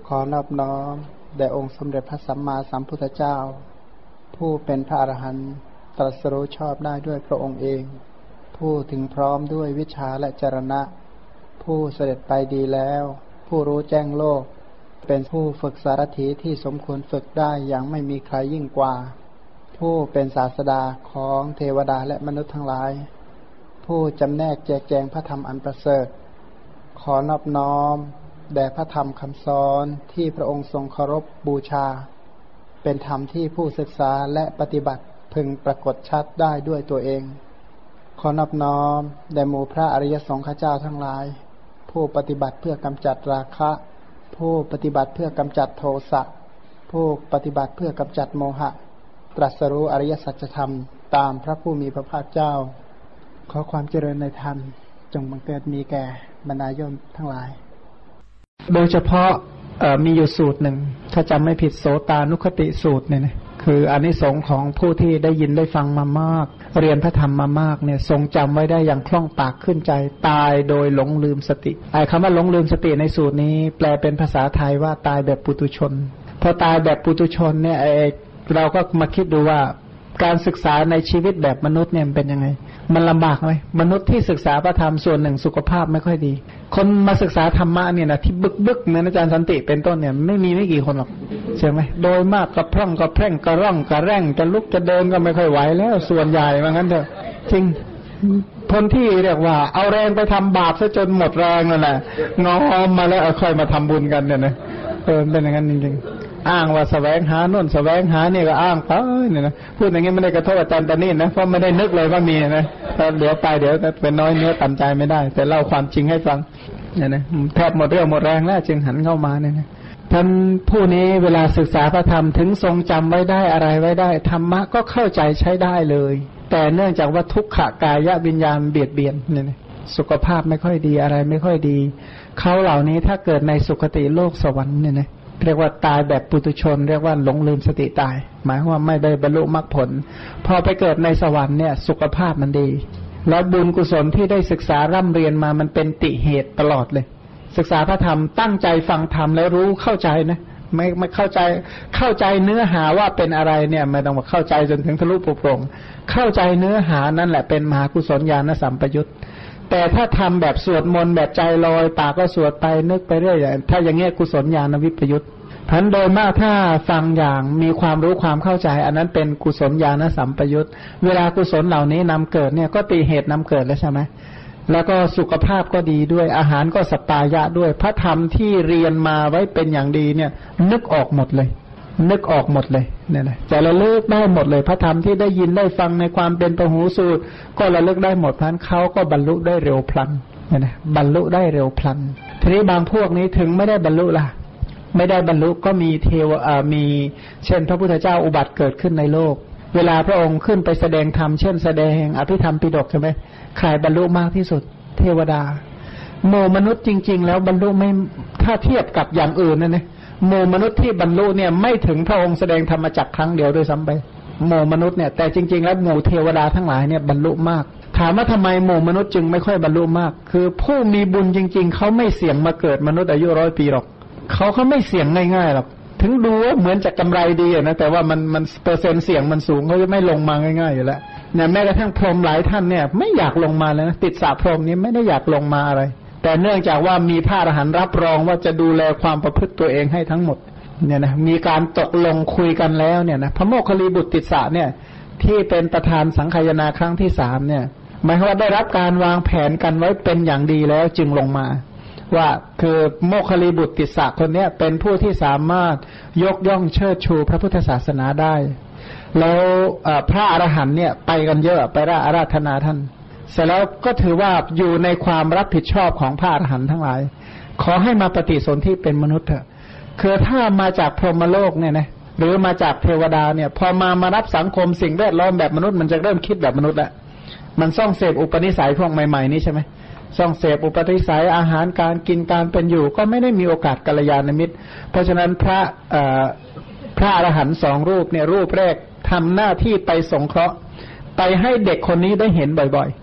ขอนอบน้อมแด่องค์สมเด็จพระสัมมาสัมพุทธเจ้าผู้เป็นพระอรหันต์ตรัสรู้ชอบได้ด้วยพระองค์เองผู้ถึงพร้อมด้วยวิชาและจรณะผู้เสด็จไปดีแล้วผู้รู้แจ้งโลกเป็นผู้ฝึกสารถีที่สมควรฝึกได้อย่างไม่มีใครยิ่งกว่าผู้เป็นศาสดาของเทวดาและมนุษย์ทั้งหลายผู้จำแนกแจกแจงพระธรรมอันประเสริฐขอนอบน้อมแด่พระธรรมคำสอนที่พระองค์ทรงเคารพบูชาเป็นธรรมที่ผู้ศึกษาและปฏิบัติพึงปรากฏชัดได้ด้วยตัวเองขอนอบน้อมแด่หมู่พระอริยสงฆ์เจ้าทั้งหลายผู้ปฏิบัติเพื่อกำจัดราคะผู้ปฏิบัติเพื่อกำจัดโทสะผู้ปฏิบัติเพื่อกำจัดโมหะตรัสรู้อริยสัจธรรมตามพระผู้มีพระภาคเจ้าขอความเจริญในธรรมจงบังเกิดมีแก่บรรดาโยมทั้งหลายโดยเฉพาะมีอยู่สูตรหนึ่งถ้าจำไม่ผิดโสตานุคติสูตรเนี่ยนะคืออานิสงส์ของผู้ที่ได้ยินได้ฟังมามากเรียนพระธรรมมามากเนี่ยทรงจำไว้ได้อย่างคล่องปากขึ้นใจตายโดยหลงลืมสติไอ้คำว่าหลงลืมสติในสูตรนี้แปลเป็นภาษาไทยว่าตายแบบปุถุชนพอตายแบบปุถุชนเนี่ยเราก็มาคิดดูว่าการศึกษาในชีวิตแบบมนุษย์เนี่ยเป็นยังไงมันลำบากไหมมนุษย์ที่ศึกษาพระธรรมส่วนหนึ่งสุขภาพไม่ค่อยดีคนมาศึกษาธรรมะเนี่ยนะที่บึกเหมือนอาจารย์สันติเป็นต้นเนี่ยไม่กี่คนหรอกใช่ไหมโดยมากกระพร่องกระแพร่งกระร่องกระแร่งจะลุกจะเดินก็ไม่ค่อยไหวแล้วส่วนใหญ่ว่างั้นเถอะจริงคนที่เรียกว่าเอาแรงไปทำบาปซะจนหมดแรงนั่นแหละงอมมาแล้วค่อยมาทำบุญกันเนี่ยนะเป็นอย่างนั้นจริงๆอ้างว่าแสวงหาโน่นแสวงหานี่ก็อ้างไปเนี่ยนะพูดอย่างงี้ไม่ได้กระทบอาจารย์ตานี่นะเพราะไม่ได้นึกเลยว่ามีนะเดี๋ยวไปเดี๋ยวเป็นน้อยเนื้อต่ำใจไม่ได้แต่เล่าความจริงให้ฟังเนี่ยนะแทบหมดเรื่องหมดแรงแล้วจึงหันเข้ามาเนี่ยนะท่านผู้นี้เวลาศึกษาพระธรรมถึงทรงจำไว้ได้อะไรไว้ได้ธรรมะก็เข้าใจใช้ได้เลยแต่เนื่องจากว่าทุกขกายวิญญาณเบียดเบียนเนี่ยนะสุขภาพไม่ค่อยดีอะไรไม่ค่อยดีเขาเหล่านี้ถ้าเกิดในสุคติโลกสวรรค์เนี่ยนะเรียกว่าตายแบบปุถุชนเรียกว่าหลงลืมสติตายหมายว่าไม่ได้บรรลุมรรคผลพอไปเกิดในสวรรค์เนี่ยสุขภาพมันดีแล้วบุญกุศลที่ได้ศึกษาร่ำเรียนมามันเป็นติเหตุตลอดเลยศึกษาพระธรรมตั้งใจฟังธรรมแล้วรู้เข้าใจนะไม่เข้าใจเนื้อหาว่าเป็นอะไรเนี่ยไม่ต้องมาเข้าใจจนถึงทะลุปุโปร่งเข้าใจเนื้อหานั่นแหละเป็นมหากุศลญาณสัมปยุตแต่ถ้าทำแบบสวดมนต์แบบใจลอยปากก็สวดไปนึกไปเรื่อยถ้าอย่างเงี้ยกุศลญาณวิปยุตพันโดยมากถ้าฟังอย่างมีความรู้ความเข้าใจอันนั้นเป็นกุศลญาณสัมปยุตเวลากุศลเหล่านี้นำเกิดเนี่ยก็ตีเหตุนำเกิดแล้วใช่ไหมแล้วก็สุขภาพก็ดีด้วยอาหารก็สัปปายะด้วยพระธรรมที่เรียนมาไว้เป็นอย่างดีเนี่ยนึกออกหมดเลยเนี่ยนะจะระลึกได้หมดเลยพระธรรมที่ได้ยินได้ฟังในความเป็นปหูสูตรก็ระลึกได้หมดพันเขาก็บรรลุได้เร็วพลันเนี่ยนะบรรลุได้เร็วพลันทีนี้บางพวกนี้ถึงไม่ได้บรรลุล่ะไม่ได้บรรลุก็มีมีเช่นพระพุทธเจ้าอุบัติเกิดขึ้นในโลกเวลาพระองค์ขึ้นไปแสดงธรรมเช่นแสดงอภิธรรมปิฎกใช่ไหมใครบรรลุมากที่สุดเทวดาหมู่มนุษย์จริงๆแล้วบรรลุไม่ถ้าเทียบกับอย่างอื่นนะหมู่มนุษย์ที่บรรลุเนี่ยไม่ถึงพระองค์แสดงธรรมจักรครั้งเดียวด้วยซ้ำไปหมู่มนุษย์เนี่ยแต่จริงๆแล้วหมู่เทวดาทั้งหลายเนี่ยบรรลุมากถามว่าทำไมหมู่มนุษย์จึงไม่ค่อยบรรลุมากคือผู้มีบุญจริงๆเขาไม่เสี่ยงมาเกิดมนุษย์อายุ100 ปีหรอกเขาไม่เสี่ยงง่ายๆหรอกถึงดูว่าเหมือนจะกำไรดีนะแต่ว่ามันเปอร์เซ็นต์เสี่ยงมันสูงเขาจะไม่ลงมาง่ายๆอยู่แล้วเนี่ยแม้กระทั่งพรหมหลายท่านเนี่ยไม่อยากลงมาเลยนะติดสาพรหมนี้ไม่ได้อยากลงมาอะไรแต่เนื่องจากว่ามีพระอรหันต์รับรองว่าจะดูแลความประพฤติตัวเองให้ทั้งหมดเนี่ยนะมีการตกลงคุยกันแล้วเนี่ยนะพระโมคคัลลีบุตรติสสะเนี่ยที่เป็นประธานสังฆายนาครั้งที่3เนี่ยหมายความว่าได้รับการวางแผนกันไว้เป็นอย่างดีแล้วจึงลงมาว่าคือโมคคัลลีบุตรติสสะคนเนี้ยเป็นผู้ที่สามารถยกย่องเชิดชูพระพุทธศาสนาได้แล้วพระอรหันต์เนี่ยไปกันเยอะไปอาราธนาท่านเสร็จแล้วก็ถือว่าอยู่ในความรับผิดชอบของพระอรหันต์ทั้งหลายขอให้มาปฏิสนธิเป็นมนุษย์เถอะคือถ้ามาจากพรหมโลกเนี่ยนะหรือมาจากเทวดาเนี่ยพอมารับสังคมสิ่งแวดล้อมแบบมนุษย์มันจะเริ่มคิดแบบมนุษย์แล้วมันส่องเสพอุปนิสัยพวกใหม่ๆนี้ใช่ไหมส่องเสพอุปนิสัยอาหารการกินการเป็นอยู่ก็ไม่ได้มีโอกาสกัลยาณมิตรเพราะฉะนั้นพระอรหันต์2 รูปเนี่ยรูปแรกทำหน้าที่ไปสงเคราะห์ไปให้เด็กคนนี้ได้เห็นบ่อยๆ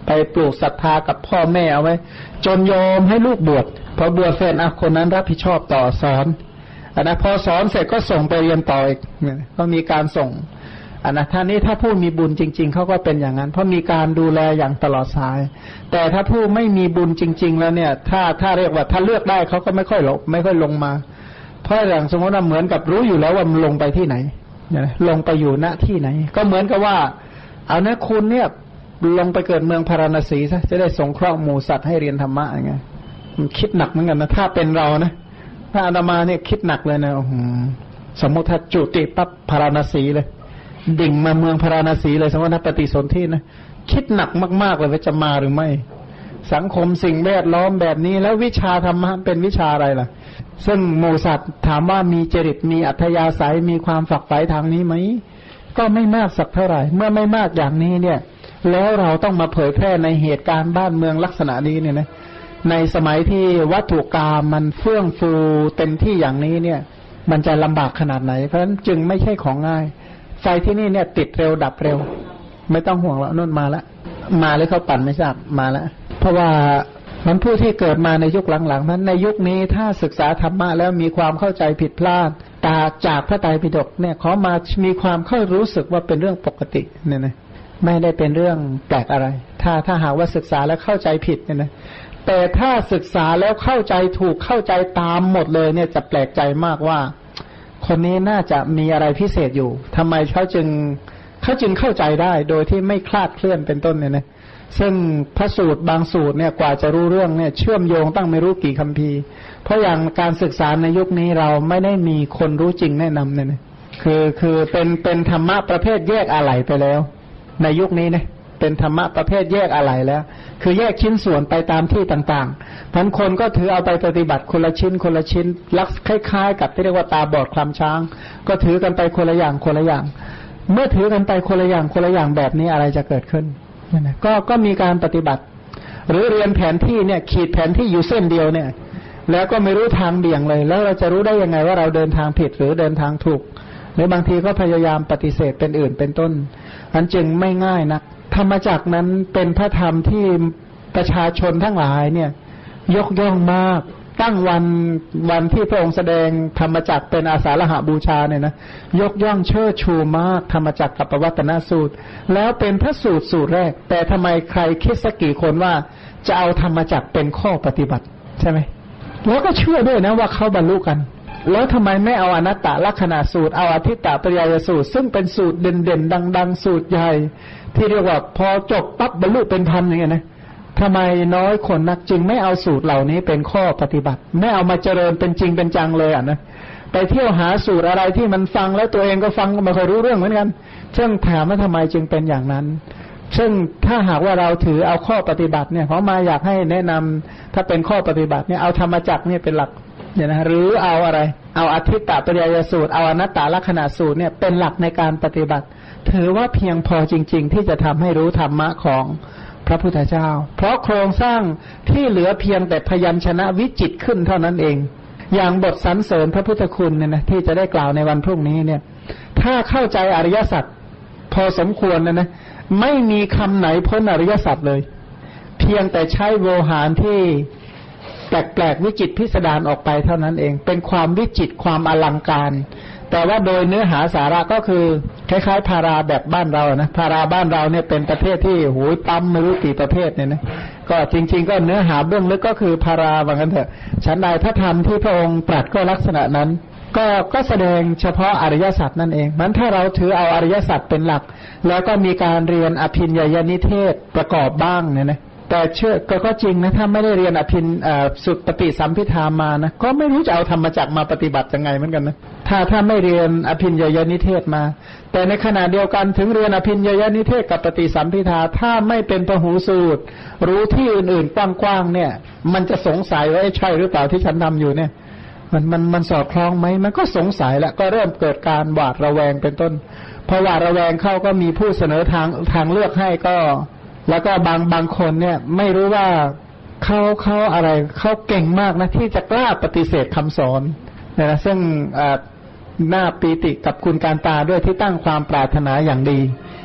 ไปปลูกศรัทธากับพ่อแม่เอาไว้จนยอมให้ลูกบวชพอบวชเสร็จคนนั้นรับผิดชอบต่อสอนพอสอนเสร็จก็ส่งไปเรียนต่ออีกก็มีการส่งท่านนี้ถ้าผู้มีบุญจริงๆเขาก็เป็นอย่างนั้นเพราะมีการดูแลอย่างตลอดสายแต่ถ้าผู้ไม่มีบุญจริงๆแล้วเนี่ยถ้าเรียกว่าถ้าเลือกได้เขาก็ไม่ค่อยลงมาเพราะอย่างสมมติว่าเหมือนกับรู้อยู่แล้วว่ามันลงไปที่ไหนลงไปอยู่ณที่ไหนก็เหมือนกับว่าเอานะคุณเนี่ยลงไปเกิดเมืองพาราณสีซะจะได้สงเคราะห์หมู่สัตว์ให้เรียนธรรมะอย่างเงี้ยมันคิดหนักเหมือนกันนะถ้าเป็นเรานะถ้าอาตมาเนี่ยคิดหนักเลยนะสมมติถ้าจุติปั๊บพาราณสีเลยดิ่งมาเมืองพาราณสีเลยสมมติถ้าปฏิสนธินะคิดหนักมากๆเลยว่าจะมาหรือไม่สังคมสิ่งแวดล้อมแบบนี้แล้ววิชาธรรมะเป็นวิชาอะไรล่ะซึ่งหมู่สัตว์ถามว่ามีจริตมีอัธยาศัยมีความฝักใฝ่ทางนี้ไหมก็ไม่มากสักเท่าไหร่เมื่อไม่มากอย่างนี้เนี่ยแล้วเราต้องมาเผยแพร่ในเหตุการณ์บ้านเมืองลักษณะนี้เนี่ยนะในสมัยที่วัตถุกรรมมันเฟื่องฟูเต็มที่อย่างนี้เนี่ยมันจะลำบากขนาดไหนเพราะฉะนั้นจึงไม่ใช่ของง่ายไฟที่นี่เนี่ยติดเร็วดับเร็วไม่ต้องห่วงแล้วนู่นมาเลยเขาปั่นไม่ทราบมาแล้วเพราะว่ามันผู้ที่เกิดมาในยุคหลังๆนั้นในยุคนี้ถ้าศึกษาธรรมะแล้วมีความเข้าใจผิดพลาดจากพระไตรปิฎกเนี่ยขอมามีความเข้ารู้สึกว่าเป็นเรื่องปกติเนี่ยนะไม่ได้เป็นเรื่องแปลกอะไรถ้าหากว่าศึกษาแล้วเข้าใจผิดเนี่ยนะแต่ถ้าศึกษาแล้วเข้าใจถูกเข้าใจตามหมดเลยเนี่ยจะแปลกใจมากว่าคนนี้น่าจะมีอะไรพิเศษอยู่ทำไมเขาจึงเข้าใจได้โดยที่ไม่คลาดเคลื่อนเป็นต้นเนี่ยนะซึ่งพระสูตรบางสูตรเนี่ยกว่าจะรู้เรื่องเนี่ยเชื่อมโยงตั้งไม่รู้กี่คัมภีร์เพราะอย่างการศึกษาในยุคนี้เราไม่ได้มีคนรู้จริงแนะนำเนี่ยนะคือเป็นธรรมะประเภทแยกอะไหล่ไปแล้วในยุคนี้นะเป็นธรรมะประเภทแยกอะไหล่แล้วคือแยกชิ้นส่วนไปตามที่ต่างๆพันคนก็ถือเอาไปปฏิบัติคนละชิ้นลักษณะคล้ายๆกับที่เรียกว่าตาบอดคลำช้างก็ถือกันไปคนละอย่างเมื่อถือกันไปคนละอย่างแบบนี้อะไรจะเกิดขึ้นก็มีการปฏิบัติหรือเรียนแผนที่เนี่ยขีดแผนที่อยู่เส้นเดียวเนี่ยแล้วก็ไม่รู้ทางเบี่ยงเลยแล้วเราจะรู้ได้ยังไงว่าเราเดินทางผิดหรือเดินทางถูกหรือบางทีก็พยายามปฏิเสธเป็นอื่นเป็นต้นอันจึงไม่ง่ายนักธรรมจักรนั้นเป็นพระธรรมที่ประชาชนทั้งหลายเนี่ยยกย่องมากตั้งวันที่พระองค์แสดงธรรมจักรเป็นอาสาฬหบูชาเนี่ยนะยกย่องเชิดชูมากธรรมจักรกับปวัตตนสูตรแล้วเป็นพระสูตรแรกแต่ทำไมใครคิดสักกี่คนว่าจะเอาธรรมจักรเป็นข้อปฏิบัติใช่ไหมแล้วก็เชื่อด้วยนะว่าเขาบรรลุกันแล้วทำไมไม่เอาอนัตตลักษณะสูตรเอาอธิตตปริยายสูตรซึ่งเป็นสูตรเด่นๆดังๆสูตรใหญ่ที่เรียกว่าพอจบปั๊บบรรลุเป็นพันอย่างเงี้ยนะทำไมน้อยคนนักจึงไม่เอาสูตรเหล่านี้เป็นข้อปฏิบัติไม่เอามาเจริญเป็นจริงเป็นจังเลยนะไปเที่ยวหาสูตรอะไรที่มันฟังแล้วตัวเองก็ฟังก็ไม่ค่อยรู้เรื่องเหมือนกันซึ่งถามว่าทำไมจึงเป็นอย่างนั้นซึ่งถ้าหากว่าเราถือเอาข้อปฏิบัติเนี่ยเขามาอยากให้แนะนำถ้าเป็นข้อปฏิบัติเนี่ยเอาธรรมจักรเนี่ยเป็นหลักเนี่ยนะหรือเอาอะไรเอาอธิตตปริยายสูตรเอาอนัตตลักษณะสูตรเนี่ยเป็นหลักในการปฏิบัติถือว่าเพียงพอจริงๆที่จะทำให้รู้ธรรมะของพระพุทธเจ้าเพราะโครงสร้างที่เหลือเพียงแต่พยัญชนะวิจิตรขึ้นเท่านั้นเองอย่างบทสรรเสริญพระพุทธคุณเนี่ยนะที่จะได้กล่าวในวันพรุ่งนี้เนี่ยถ้าเข้าใจอริยสัจพอสมควรนะไม่มีคำไหนพ้นอริยสัจเลยเพียงแต่ใช้โวหารที่แปลกวิจิตรพิสดารออกไปเท่านั้นเองเป็นความวิจิตรความอลังการแต่ว่าโดยเนื้อหาสาระก็คือคล้ายๆพาราแบบบ้านเรานะพาราบ้านเราเนี่ยเป็นประเภทที่โหยปั๊มไม่รู้กี่ประเภทเนี่ยนะก็จริงๆก็เนื้อหาเบื้องลึกก็คือพาราว่างั้นเถอะฉันใดพระธรรมที่พระองค์ตรัสก็ลักษณะนั้นก็แสดงเฉพาะอริยสัจนั่นเองมันถ้าเราถือเอาอริยสัจเป็นหลักแล้วก็มีการเรียนอภิญญานิเทศประกอบบ้างเนี่ยนะแต่เชื่อก็จริงนะถ้าไม่ได้เรียนอภินสุตปฏิสัมภิธามานะก็ไม่รู้จะเอาธรรมจักรมาปฏิบัติยังไงเหมือนกันนะถ้าไม่เรียนอภิญญานิเทศมาแต่ในขณะเดียวกันถึงเรียนอภิญญานิเทศกับปฏิสัมภิธาถ้าไม่เป็นพหูสูตรรู้ที่อื่นๆกว้างๆเนี่ยมันจะสงสัยว่าใช่หรือเปล่าที่ฉันทำอยู่เนี่ยมันสอดคล้องไหมมันก็สงสัยแล้วก็เริ่มเกิดการหวาดระแวงเป็นต้นพอหวาดระแวงเข้าก็มีผู้เสนอทางเลือกให้ก็แล้วก็บางคนเนี่ยไม่รู้ว่าเขาอะไรเขาเก่งมากนะที่จะกล้าปฏิเสธคำสอนนะซึ่งน่าปีติกับคุณการตาด้วยที่ตั้งความปรารถนาอย่างดี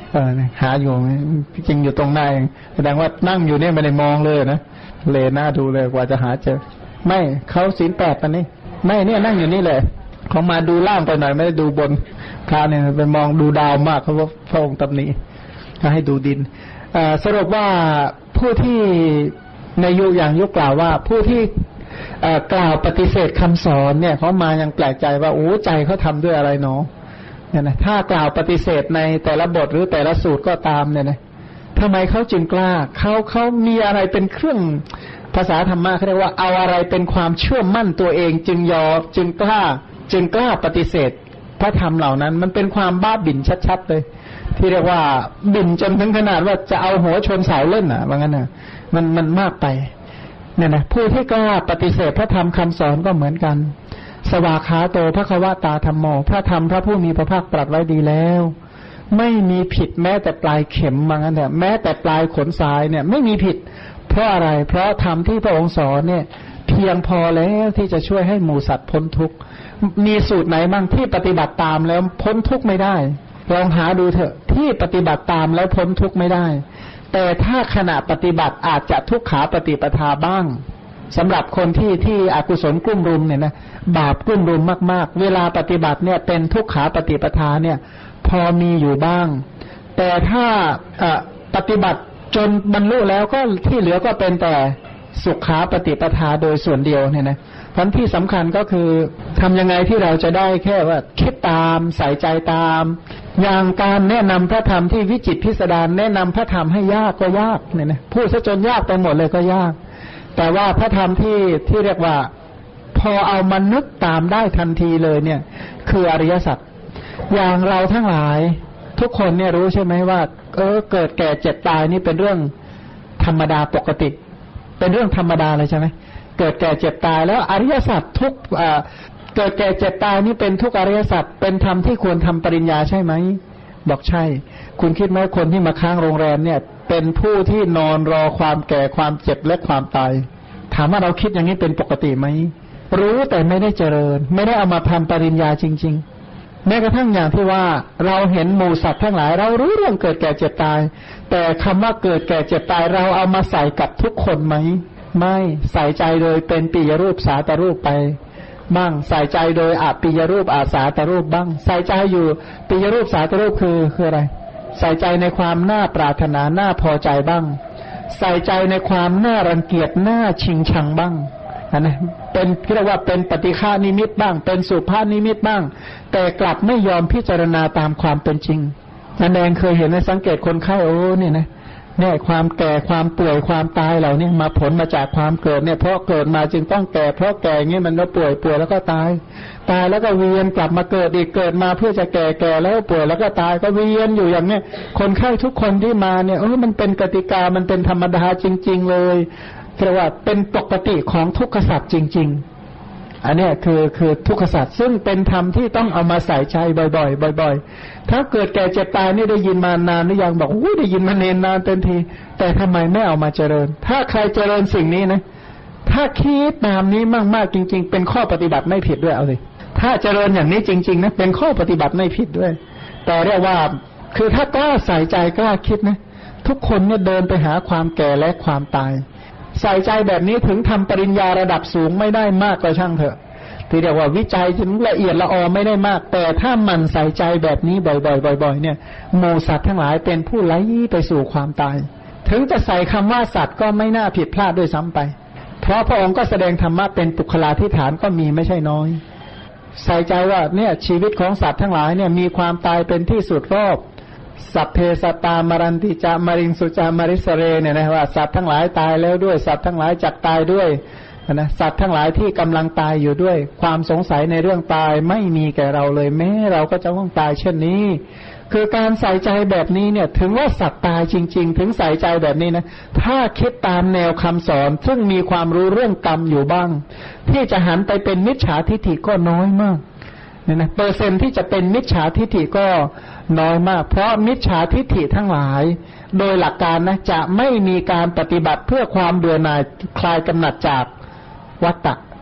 หาอยู่จริงอยู่ตรงหน้าเองแสดงว่านั่งอยู่เนี่ยไม่ได้มองเลยนะเลหน้าดูเลยกว่าจะหาเจอไม่เขาศีล 8ปะนี่ไม่เนี่ยนั่งอยู่นี่เลยเขามาดูล่างไปหน่อยไม่ได้ดูบนคราวเนี่ยไปมองดูดาวมากเขาว่าพระองค์ตำหนิก็ให้ดูดินสรุปว่าผู้ที่ในยุคกล่าวว่าผู้ที่กล่าวปฏิเสธคำสอนเนี่ยเขามายังแปลกใจว่าโอ้ใจเขาทำด้วยอะไรเนาะเนี่ยนะถ้ากล่าวปฏิเสธในแต่ละบทหรือแต่ละสูตรก็ตามเนี่ยนะทำไมเขาจึงกล้าเขามีอะไรเป็นเครื่องภาษาธรรมะเขาเรียกว่าเอาอะไรเป็นความเชื่อมั่นตัวเองจึงกล้าปฏิเสธพระธรรมเหล่านั้นมันเป็นความบ้าบิ่นชัดๆเลยที่เรียกว่าบิ่นจนถึงขนาดว่าจะเอาหัวชนเสาเล่นว่างั้นนะมันมากไปเนี่ยนะผู้ที่กล้าปฏิเสธพระธรรมคำสอนก็เหมือนกันสวากขาโตภควตาธัมโมพระธรรมพระผู้มีพระภาคตรัสไว้ดีแล้วไม่มีผิดแม้แต่ปลายเข็มว่างั้นเถอะแม้แต่ปลายขนสายเนี่ยไม่มีผิดเพราะอะไรเพราะธรรมที่พระองค์สอนเนี่ยเพียงพอแล้วที่จะช่วยให้หมู่สัตว์พ้นทุกข์มีสูตรไหนบ้างที่ปฏิบัติตามแล้วพ้นทุกข์ไม่ได้ลองหาดูเถอะที่ปฏิบัติตามแล้วพ้นทุกข์ไม่ได้แต่ถ้าขณะปฏิบัติอาจจะทุกขาปฏิปทาบ้างสำหรับคนที่อกุศลกลุ่มรุมเนี่ยนะบาปกลุ่มรุมมากๆเวลาปฏิบัติเนี่ยเป็นทุกขาปฏิปทาเนี่ยพอมีอยู่บ้างแต่ถ้าปฏิบัติจนบรรลุแล้วก็ที่เหลือก็เป็นแต่สุขาปฏิปทาโดยส่วนเดียวเนี่ยนะเพราะที่สำคัญก็คือทำยังไงที่เราจะได้แค่ว่าคิดตามใส่ใจตามอย่างการแนะนำพระธรรมที่วิจิตรพิสดารแนะนำพระธรรมให้ยากก็ยากเนี่ยนะพูดซะจนยากไปหมดเลยก็ยากแต่ว่าพระธรรมที่เรียกว่าพอเอามานึกตามได้ทันทีเลยเนี่ยคืออริยสัจอย่างเราทั้งหลายทุกคนเนี่ยรู้ใช่ไหมว่าเกิดแก่เจ็บตายนี่เป็นเรื่องธรรมดาปกติเป็นเรื่องธรรมดาเลยใช่ไหมเกิดแก่เจ็บตายแล้วอริยสัจทุกเกิดแก่เจ็บตายนี่เป็นทุกอริยสัจเป็นธรรมที่ควรทำปริญญาใช่ไหมบอกใช่คุณคิดไหมคนที่มาค้างโรงแรมเนี่ยเป็นผู้ที่นอนรอความแก่ความเจ็บและความตายถามว่าเราคิดอย่างนี้เป็นปกติไหมรู้แต่ไม่ได้เจริญไม่ได้เอามาทำปริญญาจริงๆแม้กระทั่งอย่างที่ว่าเราเห็นหมู่สัตว์ทั้งหลายเรารู้เรื่องเกิดแก่เจ็บตายแต่คำว่าเกิดแก่เจ็บตายเราเอามาใส่กับทุกคนไหมไม่ใส่ใจโดยเป็นปิยรูปสาตรูปไปบ้างใส่ใจโดยอปิยรูปอาสาตรูปบ้างใส่ใจอยู่ปิยรูปสาตรูปคืออะไรใส่ใจในความน่าปรารถนาน่าพอใจบ้างใส่ใจในความน่ารังเกียจน่าชิงชังบ้างนะเป็นเรียกว่าเป็นปฏิฆานิมิตบ้างเป็นสุภานิมิตบ้างแต่กลับไม่ยอมพิจารณาตามความเป็นจริงนั่นเองเคยเห็นในสังเกตคนไข้เนี่ยนะเนี่ยความแก่ความป่วยความตายเหล่านี้มาผลมาจากความเกิดเนี่ยเพราะเกิดมาจึงต้องแก่เพราะแก่เงี้ยมันก็ป่วยแล้วก็ตายแล้วก็เวียนกลับมาเกิดอีกเกิดมาเพื่อจะแก่แล้วป่วยแล้วก็ตายก็เวียนอยู่อย่างเนี้ยคนไข้ทุกคนที่มาเนี่ยมันเป็นกติกามันเป็นธรรมดาจริงๆเลยเรียกว่าเป็นปกติของทุกขสัตว์จริงๆอันนี้คือทุกขสัตว์ซึ่งเป็นธรรมที่ต้องเอามาใส่ใจบ่อยๆถ้าเกิดแก่เจ็บตายนี่ได้ยินมานานหรือยังบอกได้ยินมาเนนนานเต็มทีแต่ทำไมไม่เอามาเจริญถ้าใครเจริญสิ่งนี้นะถ้าคิดตามนี้มากๆจริงๆเป็นข้อปฏิบัติไม่ผิดด้วยเอาสิถ้าเจริญอย่างนี้จริงๆนะเป็นข้อปฏิบัติไม่ผิดด้วยแต่เรียกว่าคือถ้ากล้าใส่ใจกล้าคิดนะทุกคนเนี่ยเดินไปหาความแก่และความตายใส่ใจแบบนี้ถึงทำปริญญาระดับสูงไม่ได้มากก็ช่างเถอะที่เรียกว่าวิจัยถึงละเอียดละออไม่ได้มากแต่ถ้ามันใส่ใจแบบนี้บ่อยๆเนี่ยหมู่สัตว์ทั้งหลายเป็นผู้ไหลไปสู่ความตายถึงจะใส่คำว่าสัตว์ก็ไม่น่าผิดพลาดด้วยซ้ำไปเพราะพระองค์ก็แสดงธรรมะเป็นปุคลาธิฐานก็มีไม่ใช่น้อยใส่ใจว่าเนี่ยชีวิตของสัตว์ทั้งหลายเนี่ยมีความตายเป็นที่สุดรอบสัพเพสัตตามรันติจามริงสุจามริสเรเนี่ยนะว่าสัตว์ทั้งหลายตายแล้วด้วยสัตว์ทั้งหลายจักตายด้วยนะสัตว์ทั้งหลายที่กำลังตายอยู่ด้วยความสงสัยในเรื่องตายไม่มีแก่เราเลยแม้เราก็จะต้องตายเช่นนี้คือการใส่ใจแบบนี้เนี่ยถึงว่าสัตว์ตายจริงๆถึงใส่ใจแบบนี้นะถ้าคิดตามแนวคำสอนซึ่งมีความรู้เรื่องกรรมอยู่บ้างที่จะหันไปเป็นมิจฉาทิฏฐิก็น้อยมากเนี่ยนะเปอร์เซ็นต์ที่จะเป็นมิจฉาทิฏฐิก็น้อยมากเพราะมิจฉาทิฏฐิทั้งหลายโดยหลักการนะจะไม่มีการปฏิบัติเพื่อความเบื่อหน่ายคลายกำหนัดจากวัฏฏะ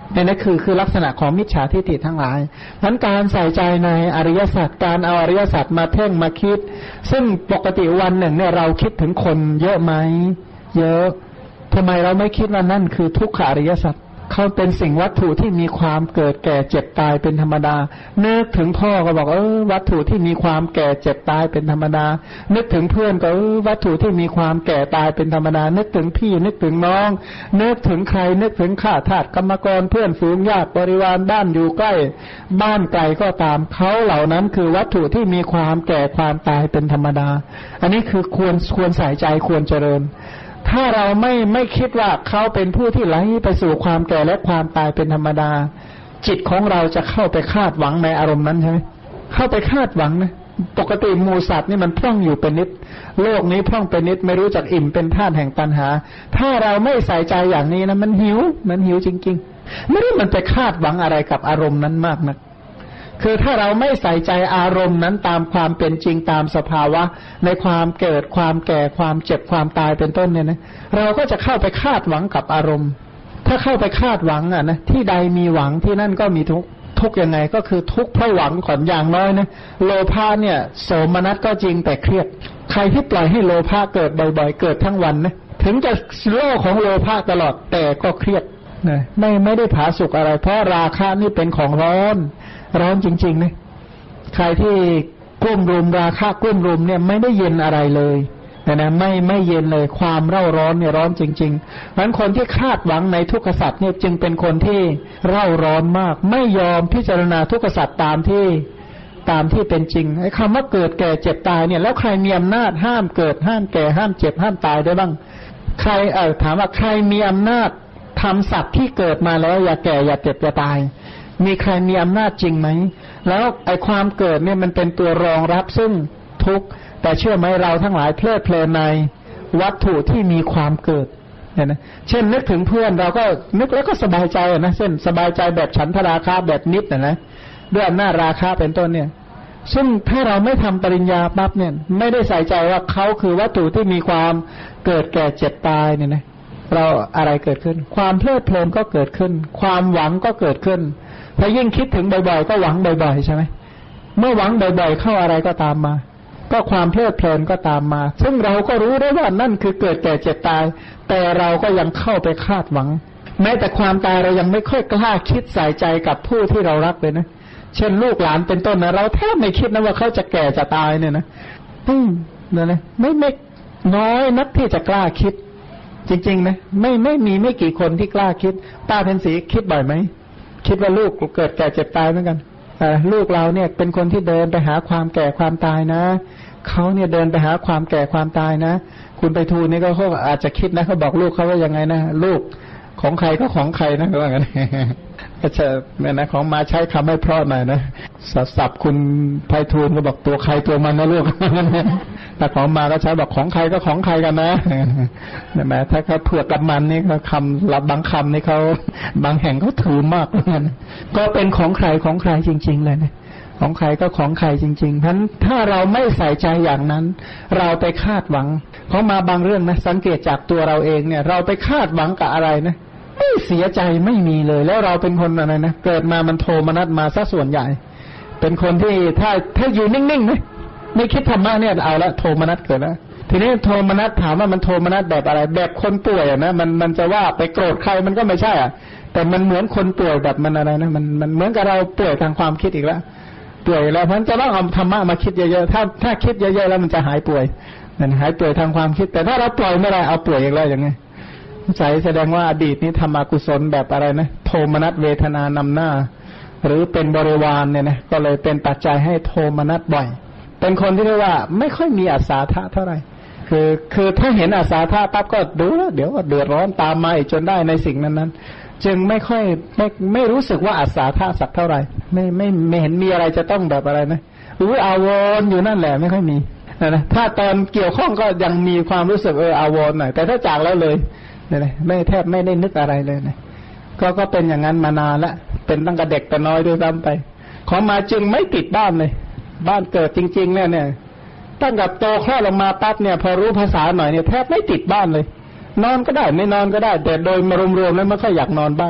นั่นคือลักษณะของมิจฉาทิฏฐิทั้งหลายนั้นการใส่ใจในอริยสัจการเอาอริยสัจมาเพ่งมาคิดซึ่งปกติวันหนึ่งเนี่ยเราคิดถึงคนเยอะไหมเยอะทำไมเราไม่คิดว่านั่นคือทุกขอริยสัจเขาเป็นสิ่งวัตถุที่มีความเกิดแก่เจ็บตายเป็นธรรมดานึกถึงพ่อก็บอกวัตถุที่มีความแก่เจ็บตายเป็นธรรมดานึกถึงเพื่อนก็วัตถุที่มีความแก่ตายเป็นธรรมดานึกถึงพี่นึกถึงน้องนึกถึงใครนึกถึงข้าทาสกรรมกรเพื่อนฝูงญาติบริวารบ้านอยู่ใกล้บ้านไกลก็ตามเขาเหล่านั้นคือวัตถุที่มีความแก่ความตายเป็นธรรมดาอันนี้คือควรใส่ใจควรเจริญถ้าเราไม่คิดว่าเขาเป็นผู้ที่ไหลไปสู่ความแก่และความตายเป็นธรรมดาจิตของเราจะเข้าไปคาดหวังในอารมณ์นั้นใช่ไหมเข้าไปคาดหวังนะปกติหมู่สัตว์นี่มันพร่องอยู่เป็นนิดโลกนี้พร่องเป็นนิดไม่รู้จักอิ่มเป็นธาตุแห่งตัณหาถ้าเราไม่ใส่ใจอย่างนี้นะมันหิวจริงๆไม่ได้มันไปคาดหวังอะไรกับอารมณ์นั้นมากนักคือถ้าเราไม่ใส่ใจอารมณ์นั้นตามความเป็นจริงตามสภาวะในความเกิดความแก่ความเจ็บความตายเป็นต้นเนี่ยนะเราก็จะเข้าไปคาดหวังกับอารมณ์ถ้าเข้าไปคาดหวังนะที่ใดมีหวังที่นั่นก็มีทุกยังไงก็คือทุกเพราะหวังก่อนอย่างน้อยนะโลภะเนี่ยโสมนัสก็จริงแต่เครียดใครที่ปล่อยให้โลภะเกิดบ่อยๆเกิดทั้งวันนะถึงจะโลกของโลภะตลอดแต่ก็เครียดนะไม่ได้ผาสุกอะไรเพราะราคะนี่เป็นของร้อนจริงๆนะใครที่กุ้มรุมราคะกุ้มรุมเนี่ยไม่ได้เย็นอะไรเลยนะไม่เย็นเลยความเร่าร้อนเนี่ยร้อนจริงๆเพราะฉะนั้นคนที่คาดหวังในทุกขสัจเนี่ยจึงเป็นคนที่เร่าร้อนมากไม่ยอมพิจารณาทุกขสัจตามที่เป็นจริงไอ้คำว่าเกิดแก่เจ็บตายเนี่ยแล้วใครมีอำนาจห้ามเกิดห้ามแก่ห้ามเจ็บห้ามตายได้บ้างใครถามว่าใครมีอำนาจทำสัตว์ที่เกิดมาแล้วอย่าแก่อย่าเจ็บอย่าตายมีใครมีอำนาจจริงไหมแล้วไอ้ความเกิดเนี่ยมันเป็นตัวรองรับซึ่งทุกข์แต่เชื่อไหมเราทั้งหลายเพลิดเพลินในวัตถุที่มีความเกิดเนี่ยนะเช่นนึกถึงเพื่อนเราก็นึกแล้วก็สบายใจนะเช่นสบายใจแบบฉันทราคะแบบนิดนะด้วยอำนาจราคะเป็นต้นเนี่ยซึ่งถ้าเราไม่ทำปริญญาปั๊บเนี่ยไม่ได้ใส่ใจว่าเขาคือวัตถุที่มีความเกิดแก่เจ็บตายเนี่ยนะเราอะไรเกิดขึ้นความเพลิดเพลินก็เกิดขึ้นความหวังก็เกิดขึ้นถ้ายิ่งคิดถึงบ่อยๆก็หวังบ่อยๆใช่ไหมเมื่อหวังบ่อยๆเข้าอะไรก็ตามมาก็ความเพลิดเพลินก็ตามมาซึ่งเราก็รู้ได้ว่านั่นคือเกิดแก่เจ็บตายแต่เราก็ยังเข้าไปคาดหวังแม้แต่ความตายเรายังไม่ค่อยกล้าคิดใส่ใจกับผู้ที่เรารักเลยนะเช่นลูกหลานเป็นต้นนะเราแทบไม่คิดนะว่าเขาจะแก่จะตายเนี่ยนะเนี่ยนะไม่น้อยนักที่จะกล้าคิดจริงๆนะไม่กี่คนที่กล้าคิดป้าเพ็ญศรีคิดบ่อยไหมคิดว่าลูกเกิดแก่เจ็บตายเหมือนกันลูกเราเนี่ยเป็นคนที่เดินไปหาความแก่ความตายนะเขาเนี่ยเดินไปหาความแก่ความตายนะคุณไปทูลนี่ก็เขาอาจจะคิดนะเขาบอกลูกเขาว่ายังไงนะลูกของใครก็ของใครนะเขาว่างั้นก็จะเนี่ยนะของมาใช้คำให้เพราะหน่อยนะสับคุณไพฑูรย์ก็บอกตัวใครตัวมันนะลูกแต่ของมาก็ใช้บอกของใครก็ของใครกันนะเนี่ยแม้ถ้าเขาเผือกกับมันนี่เขาคำรับบางคำนี่เขาบางแห่งเขาถือมากเหมือนกันก็เป็นของใครจริงๆเลยนะของใครก็ของใครจริงๆเพราะฉะนั้นถ้าเราไม่ใส่ใจอย่างนั้นเราไปคาดหวังเขามาบางเรื่องนะสังเกตจากตัวเราเองเนี่ยเราไปคาดหวังกับอะไรนะไม่เสียใจไม่มีเลยแล้วเราเป็นคนอะไรนะเกิดมามันโทมนัสมาซะส่วนใหญ่เป็นคนที่ถ้าอยู่นิ่งๆนะไม่คิดธรรมะเนี่ยเอาละโทมนัสเกิดแล้วทีนี้โทมนัสถามว่ามันโทมนัสแบบอะไรแบบคนป่วยนะมันจะว่าไปโกรธใครมันก็ไม่ใช่อ่ะแต่มันเหมือนคนป่วยแบบมันอะไรนะมันเหมือนกับเราป่วยทางความคิดอีกแล้วป่วยแล้วเพราะฉะนั้นจะต้องเอาธรรมะมาคิดเยอะๆถ้าคิดเยอะๆแล้วมันจะหายป่วยมันหายป่วยทางความคิดแต่ถ้าเราปล่อยไม่ได้เอาป่วยอีกแล้วอย่างไงแสดงว่าอดีตนี้ทำอกุศลแบบอะไรนะโทมนัสเวทนานำหน้าหรือเป็นบริวารเนี่ยนะก็เลยเป็นปัจจัยให้โทมนัสบ่อยเป็นคนที่เรียกว่าไม่ค่อยมีอาสาทะเท่าไหร่คือถ้าเห็นอาสาทะปั๊บก็ดูแล้วเดี๋ยวเดือดร้อนตามมาอีกจนได้ในสิ่งนั้นจึงไม่ค่อยไม่รู้สึกว่าอาสาทะสักเท่าไหร่ไม่เห็นมีอะไรจะต้องแบบอะไรนะอาวรอยู่นั่นแหละไม่ค่อยมีนะถ้าตอนเกี่ยวข้องก็ยังมีความรู้สึกอาวรหน่อยแต่ถ้าจากแล้วเลยเนี่ยไม่แทบไม่ได้นึกอะไรเลยนะก็เป็นอย่างนั้นมานานละเป็นตั้งแต่เด็กแต่น้อยด้วยซ้ำไปของมาจึงไม่ติดบ้านเลยบ้านเกิดจริงๆเนี่ยตั้งแต่โตคลอดออกมาปั๊บเนี่ยพอรู้ภาษาหน่อยเนี่ยแทบไม่ติดบ้านเลยนอนก็ได้ไม่นอนก็ได้แต่โดยมารวมๆแล้วไม่ค่อยอยากนอนบ้าน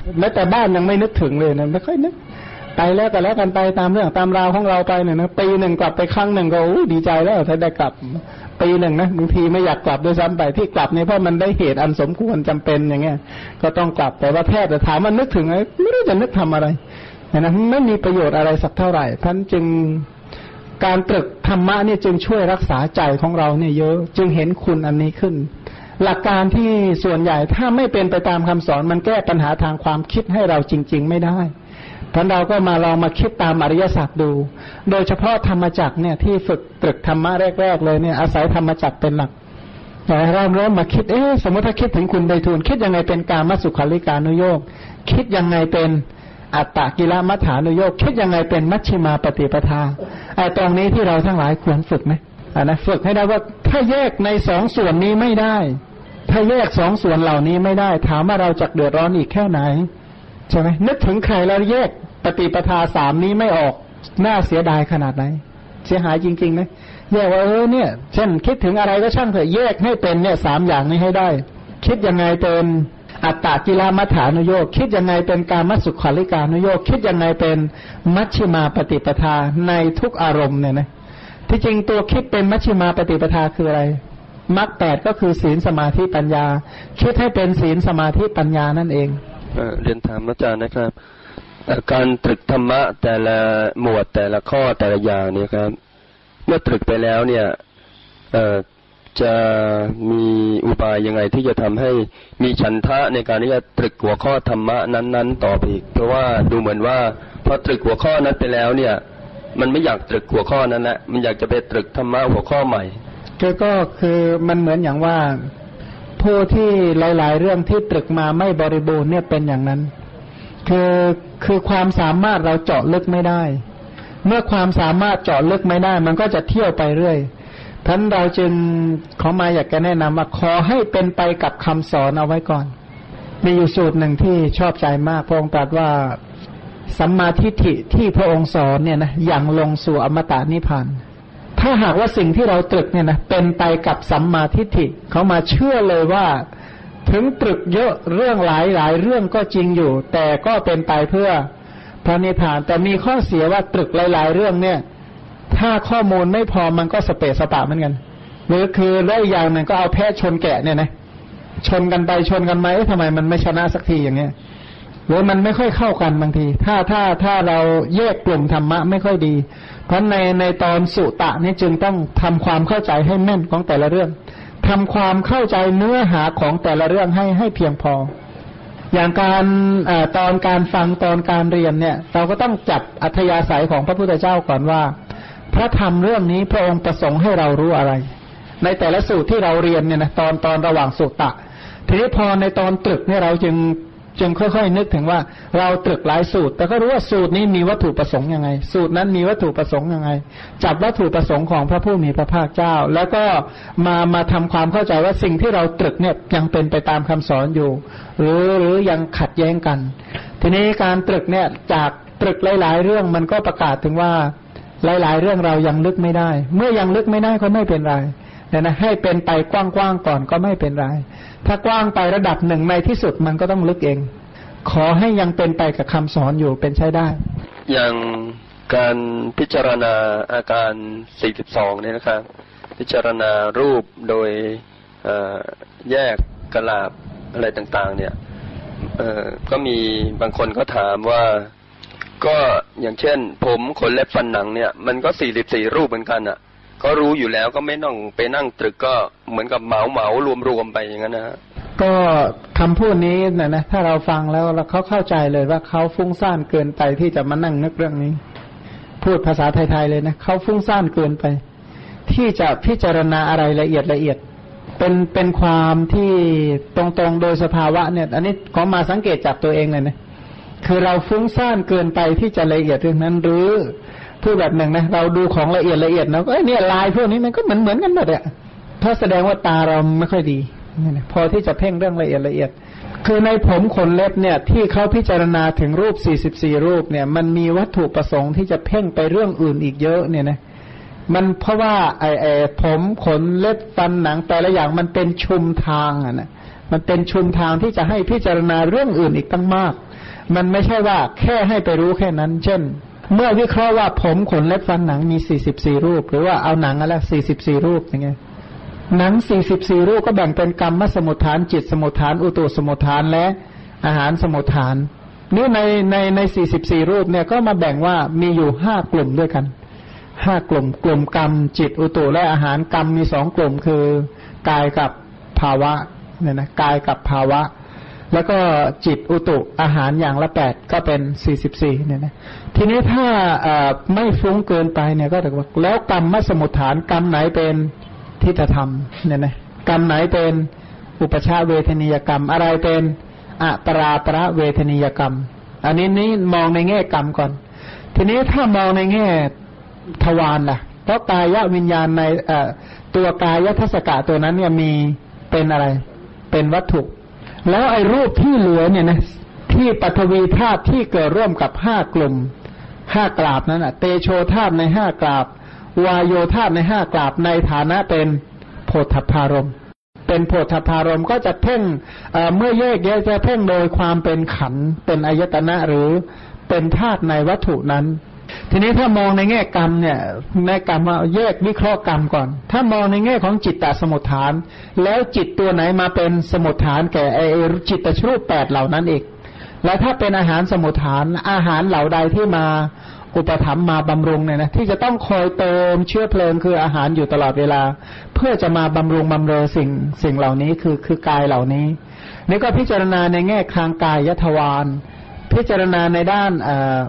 แม้แต่บ้านยังไม่นึกถึงเลยนะไม่ค่อยนึกไปแล้วก็แล้วกันไปตามเรื่องตามราวของเราไปเนี่ยนะปีหนึ่งกลับไปครั้งหนึ่งก็ดีใจแล้วถ้าได้กลับปีหนึ่งนะบางทีไม่อยากกลับด้วยซ้ำไปที่กลับเนี่ยเพราะมันได้เหตุอันสมควรจำเป็นอย่างเงี้ยก็ต้องกลับแต่ว่าแทบจะถามว่านึกถึงไม่รู้จะนึกทำอะไรนะไม่มีประโยชน์อะไรสักเท่าไหร่ท่านจึงการตรึกธรรมะเนี่ยจึงช่วยรักษาใจของเราเนี่ยเยอะจึงเห็นคุณอันนี้ขึ้นหลักการที่ส่วนใหญ่ถ้าไม่เป็นไปตามคำสอนมันแก้ปัญหาทางความคิดให้เราจริงๆไม่ได้ท่านเราก็มาลองมาคิดตามอริยสัจดูโดยเฉพาะธรรมจักรเนี่ยที่ฝึกตรึกธรรมะแรกๆเลยเนี่ยอาศัยธรรมจักรเป็นหลักแต่เริ่มมาคิดสมมติถ้าคิดถึงคุณไพฑูรย์คิดยังไงเป็นกามสุขาริการุโยคคิดยังไงเป็นอัตตกิลมัฏฐานุโยคคิดยังไงเป็นมัชฌิมาปฏิปทาตรงนี้ที่เราทั้งหลายควรฝึกไหมนะฝึกให้ได้ว่าถ้าแยกในสองส่วนนี้ไม่ได้ถ้าแยกสองส่วนเหล่านี้ไม่ได้ถามว่าเราจะเดือดร้อนอีกแค่ไหนใช่ไหมนึกถึงใครแล้วแยกปฏิปทาสามนี้ไม่ออกน่าเสียดายขนาดไหนเสียหายจริงๆนะแยกว่าเนี่ยเช่นคิดถึงอะไรก็ช่างเถอะแยกให้เป็นเนี่ยสามอย่างนี้ให้ได้คิดยังไงเป็นอัตตกิลมัฏฐานุโยคคิดยังไงเป็นกามสุขาริการุโยคคิดยังไงเป็นมัชฌิมาปฏิปทาในทุกอารมณ์เนี่ยนะที่จริงตัวคิดเป็นมัชฌิมาปฏิปทาคืออะไรมรรคแปดก็คือศีลสมาธิปัญญาคิดให้เป็นศีลสมาธิปัญญานั่นเองเรียนถามอาจารย์นะครับการตรึกธรรมะแต่ละหมวดแต่ละข้อแต่ละอย่างเนี่ยครับเมื่อตรึกไปแล้วเนี่ยจะมีอุบายยังไงที่จะทำให้มีฉันทะในการที่จะตรึกหัวข้อธรรมะนั้นๆต่อไปอีกเพราะว่าดูเหมือนว่าพอตรึกหัวข้อนั้นไปแล้วเนี่ยมันไม่อยากตรึกหัวข้อนั้นแหละมันอยากจะไปตรึกธรรมะหัวข้อใหม่ก็คือมันเหมือนอย่างว่าผู้ที่หลายๆเรื่องที่ตรึกมาไม่บริบูรณ์เนี่ยเป็นอย่างนั้นคือความสามารถเราเจาะลึกไม่ได้เมื่อความสามารถเจาะลึกไม่ได้มันก็จะเที่ยวไปเรื่อยท่านเราจึงขอมาอยากจะแนะนำว่าขอให้เป็นไปกับคำสอนเอาไว้ก่อนมีอยู่สูตรหนึ่งที่ชอบใจมากพระองค์ตรัสว่าสัมมาทิฏฐิที่พระองค์สอนเนี่ยนะอย่างลงสู่อมตะนิพพานถ้าหากว่าสิ่งที่เราตรึกเนี่ยนะเป็นไปกับสัมมาทิฏฐิเขามาเชื่อเลยว่าถึงตรึกเยอะเรื่องหลายเรื่องก็จริงอยู่แต่ก็เป็นไปเพื่อพระนิพพานแต่มีข้อเสียว่าตรึกหลายๆเรื่องเนี่ยถ้าข้อมูลไม่พอมันก็สเปะสปะเหมือนกันหรือคือแล้วอีกอย่างหนึ่งก็เอาแพะชนแกะเนี่ยนะชนกันไปชนกันมาทำไมมันไม่ชนะสักทีอย่างเงี้ยหรือมันไม่ค่อยเข้ากันบางทีถ้าเราแยกกลุ่มธรรมะไม่ค่อยดีเพราะในตอนสุตะนี่จึงต้องทำความเข้าใจให้แม่นของแต่ละเรื่องทำความเข้าใจเนื้อหาของแต่ละเรื่องให้เพียงพออย่างการตอนการฟังตอนการเรียนเนี่ยเราก็ต้องจับอัธยาศัยของพระพุทธเจ้าก่อนว่าพระธรรมเรื่องนี้พระองค์ประสงค์ให้เรารู้อะไรในแต่ละสูตรที่เราเรียนเนี่ยนะตอนระหว่างสุตะทีนี้พอในตอนตรึกเนี่ยเราจึงค่อยๆนึกถึงว่าเราตรึกหลายสูตรแต่ก็รู้ว่าสูตรนี้มีวัตถุประสงค์ยังไงสูตรนั้นมีวัตถุประสงค์ยังไงจับวัตถุประสงค์ของพระผู้มีพระภาคเจ้าแล้วก็มาทำความเข้าใจว่าสิ่งที่เราตรึกเนี่ยยังเป็นไปตามคำสอนอยู่หรือยังขัดแย้งกันทีนี้การตรึกเนี่ยจากตรึกหลายๆเรื่องมันก็ประกาศถึงว่าหลายๆเรื่องเรายังลึกไม่ได้เมื่อยังลึกไม่ได้ก็ไม่เป็นไรแต่นะให้เป็นไปกว้างๆก่อนก็ไม่เป็นไรถ้ากว้างไประดับหนึ่งในที่สุดมันก็ต้องลึกเองขอให้ยังเป็นไปกับคำสอนอยู่เป็นใช้ได้อย่างการพิจารณาอาการ42เนี่ยนะครับพิจารณารูปโดยแยกกลาบอะไรต่างๆเนี่ยก็มีบางคนก็ถามว่าก็อย่างเช่นผมขนเล็บฟันหนังเนี่ยมันก็44รูปเหมือนกันอ่ะก็รู้อยู่แล้วก็ไม่ต้องไปนั่งตรึกก็เหมือนกับเหมารวมๆไปอย่างนั้นนะฮะก็คำพูดนี้นะถ้าเราฟังแล้วเขาเข้าใจเลยว่าเขาฟุ้งซ่านเกินไปที่จะมานั่งนึกเรื่องนี้พูดภาษาไทยๆเลยนะเขาฟุ้งซ่านเกินไปที่จะพิจารณาอะไรละเอียดเป็นความที่ตรงๆโดยสภาวะเนี่ยอันนี้ขอมาสังเกตจากตัวเองเลยนะคือเราฟุ้งซ่านเกินไปที่จะละเอียดเรื่องนั้นหรือพูดแบบหนึ่งนะเราดูของละเอียดนะก็เนี่ยลายพวกนี้มันก็เหมือนกันหมดอ่ะถ้าแสดงว่าตาเราไม่ค่อยดีพอที่จะเพ่งเรื่องละเอียดคือในผมขนเล็บเนี่ยที่เขาพิจารณาถึงรูป44รูปเนี่ยมันมีวัตถุประสงค์ที่จะเพ่งไปเรื่องอื่นอีกเยอะเนี่ยนะมันเพราะว่าผมขนเล็บฟันหนังแต่ละอย่างมันเป็นชุมทางอ่ะนะมันเป็นชุมทางที่จะให้พิจารณาเรื่องอื่นอีกตั้งมากมันไม่ใช่ว่าแค่ให้ไปรู้แค่นั้นเช่นเมื่อวิเคราะห์ว่าผมขนเล็บฟันหนังมี44รูปหรือว่าเอาหนังอะไร44รูปอย่างเงี้ยหนัง44รูปก็แบ่งเป็นกรรมสมุฏฐานจิตสมุฏฐานอุตุสมุฏฐานและอาหารสมุฏฐานนี่ใน44รูปเนี่ยก็มาแบ่งว่ามีอยู่5กลุ่มด้วยกัน5กลุ่มกลุ่มกรรมจิตอุตุและอาหารกรรมมี2กลุ่มคือกายกับภาวะเนี่ยนะกายกับภาวะแล้วก็จิตอุตุอาหารอย่างละ8ก็เป็น44เนี่ยนะทีนี้ถ้าไม่ฟุ้งเกินไปเนี่ยก็ถือว่าแล้วกรรมสมุฏฐานกรรมไหนเป็นทิฏฐธรรมเนี่ยนะกรรมไหนเป็นอุปชาเวทนิยกรรมอะไรเป็นอปราประเวทนิยกรรมอันนี้มองในแง่กรรมก่อนทีนี้ถ้ามองในแง่ทวารล่ะเพราะกายวิญญาณในตัวกายทัศกะตัวนั้นเนี่ยมีเป็นอะไรเป็นวัตถุแล้วไอ้รูปที่เหลือเนี่ยนะที่ปฐวีธาตุที่เกิดร่วมกับ5กลุ่ม5กราบนั้นน่ะเตโชธาตุใน5กราบวายโยธาตุใน5กราบในฐานะเป็นโพธพารมณ์เป็นโพธพารมณ์ก็จะเพ่งเมื่อแยกแยะจะเพ่งโดยความเป็นขันธ์เป็นอายตนะหรือเป็นธาตุในวัตถุนั้นทีนี้ถ้ามองในแง่กรรมเนี่ยในกรรมแยกวิเคราะห์กรรมก่อนถ้ามองในแง่ของจิตตสมุฏฐานแล้วจิตตัวไหนมาเป็นสมุฏฐานแก่ไอ้จิตตรูป8เหล่านั้นอีกแล้วถ้าเป็นอาหารสมุฏฐานอาหารเหล่าใดที่มาอุปถัมภ์มาบำรุงเนี่ยนะที่จะต้องคอยเติมเชื้อเพลิงคืออาหารอยู่ตลอดเวลาเพื่อจะมาบำรุงบำเรอสิ่งเหล่านี้คือกายเหล่านี้นี่ก็พิจารณาในแง่ทางกายทวารพิจารณาในด้าน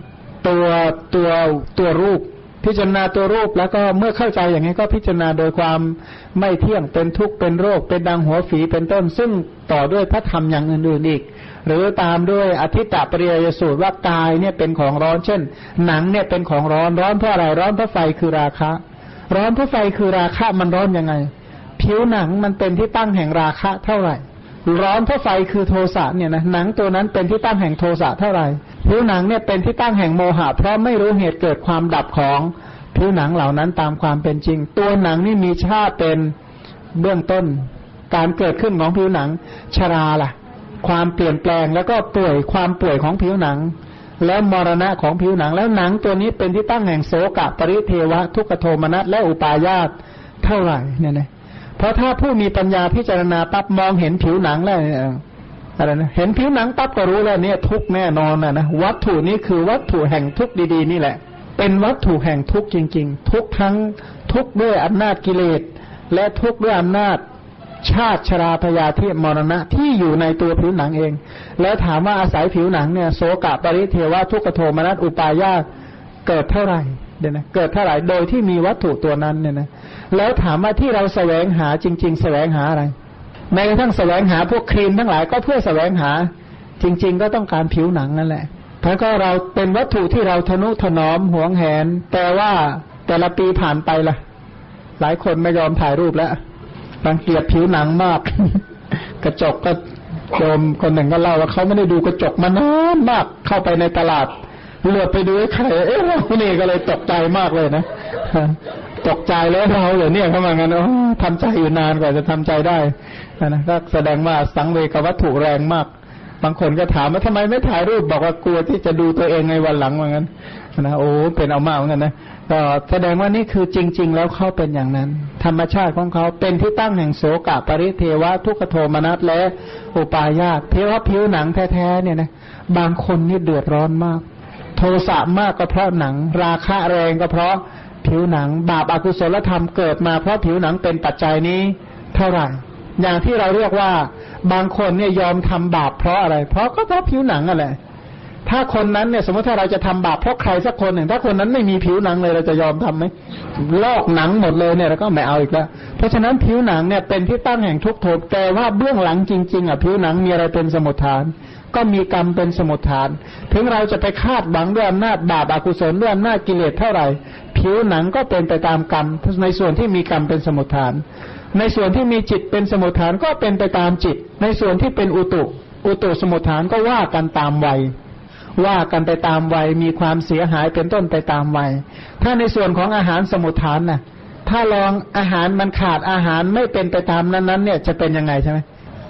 ตัวรูปพิจารณาตัวรูปแล้วก็เมื่อเข้าใจอย่างนี้ก็พิจารณาโดยความไม่เที่ยงเป็นทุกข์เป็นโรคเป็นดังหัวฝีเป็นต้นซึ่งต่อด้วยพระธรรมอย่างอื่นๆอีกหรือตามด้วยอธิตตปริยยสูตรว่ากายเนี่ยเป็นของร้อนเช่นหนังเนี่ยเป็นของร้อนเพราะอะไรร้อนเพราะไฟคือราคะร้อนเพราะไฟคือราคะมันร้อนยังไงผิวหนังมันเป็นที่ตั้งแห่งราคะเท่าไหร่ร้อนเพราะไฟคือโทสะเนี่ยนะหนังตัวนั้นเป็นที่ตั้งแห่งโทสะเท่าไหร่ผิวหนังเนี่ยเป็นที่ตั้งแห่งโมหะเพราะไม่รู้เหตุเกิดความดับของผิวหนังเหล่านั้นตามความเป็นจริงตัวหนังนี่มีชาติเป็นเบื้องต้นการเกิดขึ้นของผิวหนังชราล่ะความเปลี่ยนแปลงแล้วก็ป่วยความป่วยของผิวหนังแล้วมรณะของผิวหนังแล้วหนังตัวนี้เป็นที่ตั้งแห่งโสกะปริเทวะทุกขโทมนัสและอุปาญาตเท่าไหร่เนี่ยนะเพราะถ้าผู้มีปัญญาพิจารณาปั๊บมองเห็นผิวหนังแล้วอะไรนะเห็นผิวหนังปั๊บก็รู้แล้วเนี่ยทุกแน่นอนนะวัตถุนี้คือวัตถุแห่งทุกดีๆนี่แหละเป็นวัตถุแห่งทุกจริงๆทุกทั้งทุกด้วยอำนาจกิเลสและทุกด้วยอำนาจชาติชราพยาธิมรณะที่อยู่ในตัวผิวหนังเองแล้วถามว่าอาศัยผิวหนังเนี่ยโสกะปริเทวะทุกขโทมนัสอุปาญาตเกิดเท่าไหร่เนี่ยนะเกิดเท่าไหร่โดยที่มีวัตถุตัวนั้นเนี่ยนะแล้วถามว่าที่เราแสวงหาจริงๆแสวงหาอะไรแม้กระทั่งแสวงหาพวกครีมทั้งหลายก็เพื่อแสวงหาจริงๆก็ต้องการผิวหนังนั่นแหละเพราะก็เราเป็นวัตถุที่เราทนุถนอมหวงแหนแต่ว่าแต่ละปีผ่านไปล่ะหลายคนไม่ยอมถ่ายรูปแล้วรังเกียจผิวหนังมากกระจกก็โยมคนหนึ่งก็เล่าว่าเขาไม่ได้ดูกระจกมานานมากเข้าไปในตลาดเหลือบไปดูไอ้ไข่เรานี่ก็เลยตกใจมากเลยนะตกใจแล้วเราเหรอเนี่ยเขาว่างั้นทำใจอยู่นานกว่าจะทำใจได้นะก็แสดงว่าสังเวชวัตถุแรงมากบางคนก็ถามว่าทำไมไม่ถ่ายรูปบอกว่ากลัวที่จะดูตัวเองในวันหลังว่างั้นนะโอ้เป็นเอามากเหมือนกันนะก็แสดงว่านี่คือจริงๆแล้วเขาเป็นอย่างนั้นธรรมชาติของเขาเป็นที่ตั้งแห่งโสกะปริเทวะทุกขโทมนัสและอุปาญาตเพราะผิวหนังแท้ๆเนี่ยนะบางคนนี่เดือดร้อนมากโทสะมากก็เพราะหนังราคะแรงก็เพราะผิวหนังบาปอกุศลธรรมเกิดมาเพราะผิวหนังเป็นปัจจัยนี้เท่าไหร่อย่างที่เราเรียกว่าบางคนเนี่ยยอมทำบาปเพราะอะไรเพราะก็เพราะผิวหนังอะไรถ้าคนนั้นเนี่ยสมมติถ้าเราจะทำบาปเพราะใครสักคนหนึ่งถ้าคนนั้นไม่มีผิวหนังเลยเราจะยอมทำไหมลอกหนังหมดเลยเนี่ยเราก็ไม่เอาอีกแล้วเพราะฉะนั้นผิวหนังเนี่ยเป็นที่ตั้งแห่งทุกข์โทษแต่ว่าเบื้องหลังจริงๆผิวหนังมีอะไรเป็นสมุฏฐานก็มีกรรมเป็นสมุฏฐานถึงเราจะไปคาดหวังด้วยอำนาจบาปอกุศลด้วยอำนาจกิเลสเท่าไหร่ผิวหนังก็เป็นไปตามกรรมในส่วนที่มีกรรมเป็นสมุฏฐานในส่วนที่มีจิตเป็นสมุฏฐานก็เป็นไปตามจิตในส่วนที่เป็นอุตุสมุฏฐานก็ว่ากันตามวัยว่ากันไปตามวัยมีความเสียหายเป็นต้นไปตามวัยถ้าในส่วนของอาหารสมุฏฐานน่ะถ้าลองอาหารมันขาดอาหารไม่เป็นไปตามนั้นๆเนี่ยจะเป็นยังไงใช่ไหม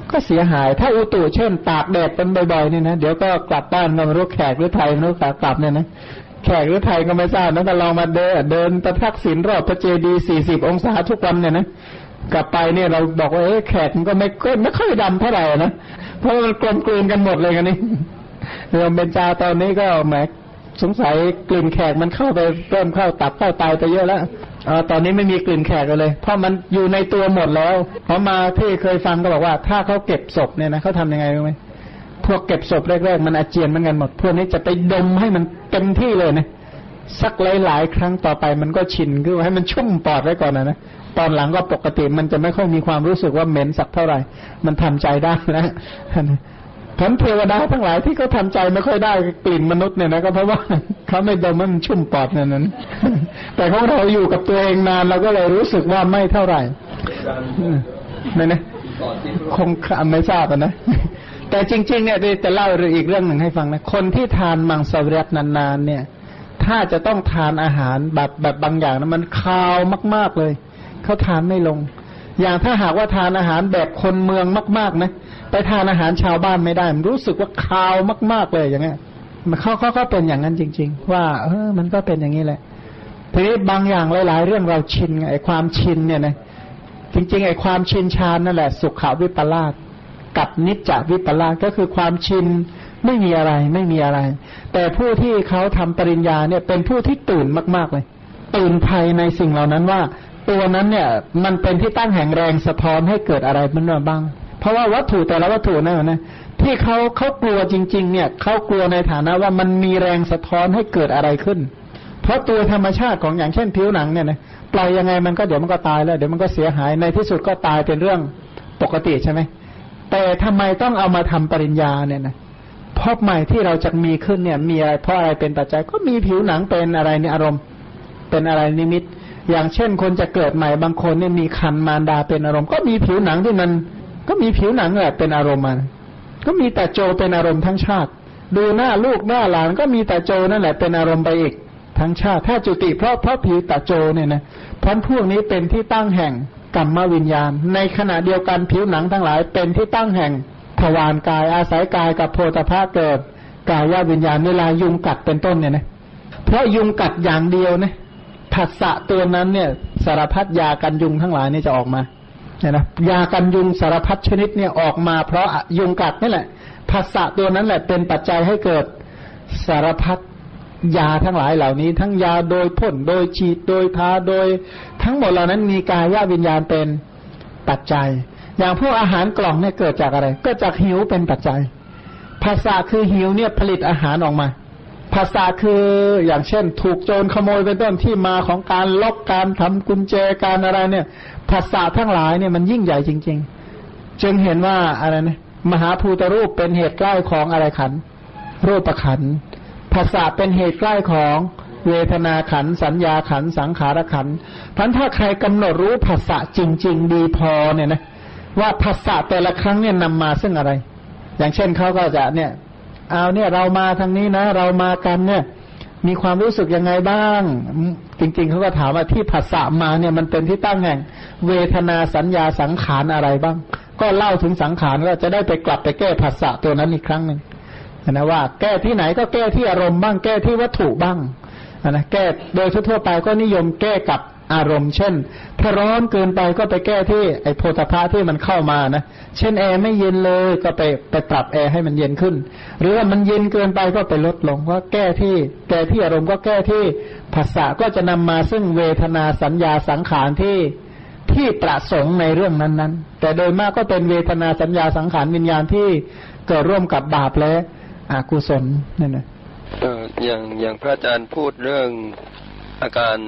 ก็เสียหายถ้าอุตุเช่นตากแดดเป็นบ่อยๆเนี่ยนะเดี๋ยวก็กลับบ้านก็ไม่รู้แขกหรือไทยไม่รู้กลับเนี่ยนะแขกหรือไทยก็ไม่ทราบนะแต่ลองมาเดินประทักษิณรอบพระเจดีย์40 องศาทุกวันเนี่ยนะกลับไปเนี่ยเราบอกว่าแขกมันก็ไม่ค่อยดำเท่าไหร่นะเพราะมันกลมกลืนกันหมดเลยกันนี่โยมเบญจาตอนนี้ก็แหมสงสัยกลิ่นแขกมันเข้าไปเริ่มเข้าตับเข้าไตไปเยอะแล้วตอนนี้ไม่มีกลิ่นแขกเลยเพราะมันอยู่ในตัวหมดแล้วเพราะมาที่เคยฟังก็บอกว่าถ้าเขาเก็บศพเนี่ยนะเขาทำยังไงรู้ไหมพวกเก็บศพแรกๆมันอาเจียนเหมือนกันหมดพวกนี้จะไปดมให้มันเต็มที่เลยนะสักหลายๆครั้งต่อไปมันก็ชินคือให้มันชุ่มปอดไว้ก่อนนะตอนหลังก็ปกติมันจะไม่ค่อยมีความรู้สึกว่าเหม็นสักเท่าไหร่มันทำใจได้แล้วทั้งเทวดาทั้งหลายที่เขาทำใจไม่ค่อยได้กลิ่นมนุษย์เนี่ยนะก็เพราะว่าเขาไม่ดมมันชุ่มปอดนั้นแต่ของเราอยู่กับตัวเองนานเราก็เลยรู้สึกว่าไม่เท่าไหร่ไม่นะคงไม่ทราบนะแต่จริงๆเนี่ยจะเล่าอีกเรื่องหนึ่งให้ฟังนะคนที่ทานมังสวิรัตินานๆเนี่ยถ้าจะต้องทานอาหารแบบบางอย่างนะมันคาวมากๆเลยเขาทานไม่ลงอย่างถ้าหากว่าทานอาหารแบบคนเมืองมากๆนะไปทานอาหารชาวบ้านไม่ได้มันรู้สึกว่าคาวมากๆเลยอย่างเงี้ยเขาเป็นอย่างนั้นจริงๆว่ามันก็เป็นอย่างนี้แหละทีนี้บางอย่างหลายๆเรื่องเราชินไอ้ความชินเนี่ยนะจริงๆไอ้ความชินชาญนั่นแหละสุขวิปลาสกับนิจจวิปลาสก็คือความชินไม่มีอะไรแต่ผู้ที่เขาทำปริญญาเนี่ยเป็นผู้ที่ตื่นมากๆเลยตื่นภายในสิ่งเหล่านั้นว่าตัวนั้นเนี่ยมันเป็นที่ตั้งแห่งแรงสะท้อนให้เกิดอะไรมันบ้างเพราะว่าวัตถุแต่ละวัตถุนั่นนะที่เขากลัวจริงๆเนี่ยเขากลัวในฐานะว่ามันมีแรงสะท้อนให้เกิดอะไรขึ้นเพราะตัวธรรมชาติของอย่างเช่นผิวหนังเนี่ยนะปล่อยยังไงมันก็เดี๋ยวมันก็ตายแล้วเดี๋ยวมันก็เสียหายในที่สุดก็ตายเป็นเรื่องปกติใช่ไหมแต่ทำไมต้องเอามาทำปริญญาเนี่ยนะพบใหม่ที่เราจะมีขึ้นเนี่ยมีอะไรเพราะอะไรเป็นปัจจัยก็มีผิวหนังเป็นอะไรในอารมณ์เป็นอะไรนิมิตอย่างเช่นคนจะเกิดใหม่บางคนเนี่ยมีคันมารดาเป็นอารมณ์ก็มีผิวหนังที่มันก็มีผิวหนังแหละเป็นอารมณ์มันก็มีแต่โจเป็นอารมณ์ทั้งชาติดูหน้าลูกหน้าหลานก็มีแต่โจนั่นแหละเป็นอารมณ์ไปอีกทั้งชาติถ้าจุติเพราะผิวแต่โจเนี่ยนะเพราะพวกนี้เป็นที่ตั้งแห่งกรรมวิญญาณในขณะเดียวกันผิวหนังทั้งหลายเป็นที่ตั้งแห่งทวารกายอาศัยกายกับโพธภาเกิดกายวิญญาณเวลายุงกัดเป็นต้นเนี่ยนะเพราะยุงกัดอย่างเดียวนะผัสสะตัวนั้นเนี่ยสารพัดยากันยุงทั้งหลายนี่จะออกมานะยากันยุงสารพัดชนิดเนี่ยออกมาเพราะยุงกัดนี่แหละผัสสะตัวนั้นแหละเป็นปัจจัยให้เกิดสารพัดยาทั้งหลายเหล่านี้ทั้งยาโดยพ่นโดยฉีดโดยทาโดยทั้งหมดเหล่านั้นมีกายวิญญาณเป็นปัจจัยอย่างพวกอาหารกล่องเนี่ยเกิดจากอะไรก็จากหิวเป็นปัจจัยผัสสะคือหิวเนี่ยผลิตอาหารออกมาภาษาคืออย่างเช่นถูกโจรขโมยเป็นต้นที่มาของการล็อกการทำกุญแจการอะไรเนี่ยภาษาทั้งหลายเนี่ยมันยิ่งใหญ่จริงๆจึงเห็นว่าอะไรนะมหาภูตรูปเป็นเหตุใกล้ของอะไรขันธ์รูปขันธ์ภาษาเป็นเหตุใกล้ของเวทนาขันธ์สัญญาขันธ์สังขารขันธ์เพราะถ้าใครกำหนดรู้ภาษาจริงๆดีพอเนี่ยนะว่าภาษาแต่ละครั้งเนี่ยนำมาซึ่งอะไรอย่างเช่นเขาก็จะเนี่ยเอาเนี่ยเรามาทางนี้นะเรามากันเนี่ยมีความรู้สึกยังไงบ้างจริงๆเขาก็ถามว่าที่ผัสสะมาเนี่ยมันเป็นที่ตั้งแห่งเวทนาสัญญาสังขารอะไรบ้างก็เล่าถึงสังขารก็จะได้ไปกลับไปแก้ผัสสะตัวนั้นอีกครั้งนึงนะว่าแก้ที่ไหนก็แก้ที่อารมณ์บ้างแก้ที่วัตถุบ้างนะแก้โดยทั่วไปก็นิยมแก้กับอารมณ์เช่นถ้าร้อนเกินไปก็ไปแก้ที่ไอ้โพธาภะที่มันเข้ามานะเช่นแอร์ไม่เย็นเลยก็ไปปรับแอร์ให้มันเย็นขึ้นหรือว่ามันเย็นเกินไปก็ไปลดลงก็แก้ที่อารมณ์ก็แก้ที่ภาษาก็จะนำมาซึ่งเวทนาสัญญาสังขารที่ประสงค์ในเรื่องนั้นๆแต่โดยมากก็เป็นเวทนาสัญญาสังขารวิญญาณที่เกิดร่วมกับบาปและอกุศลนั่นนะอย่างพระอาจารย์พูดเรื่องอาการ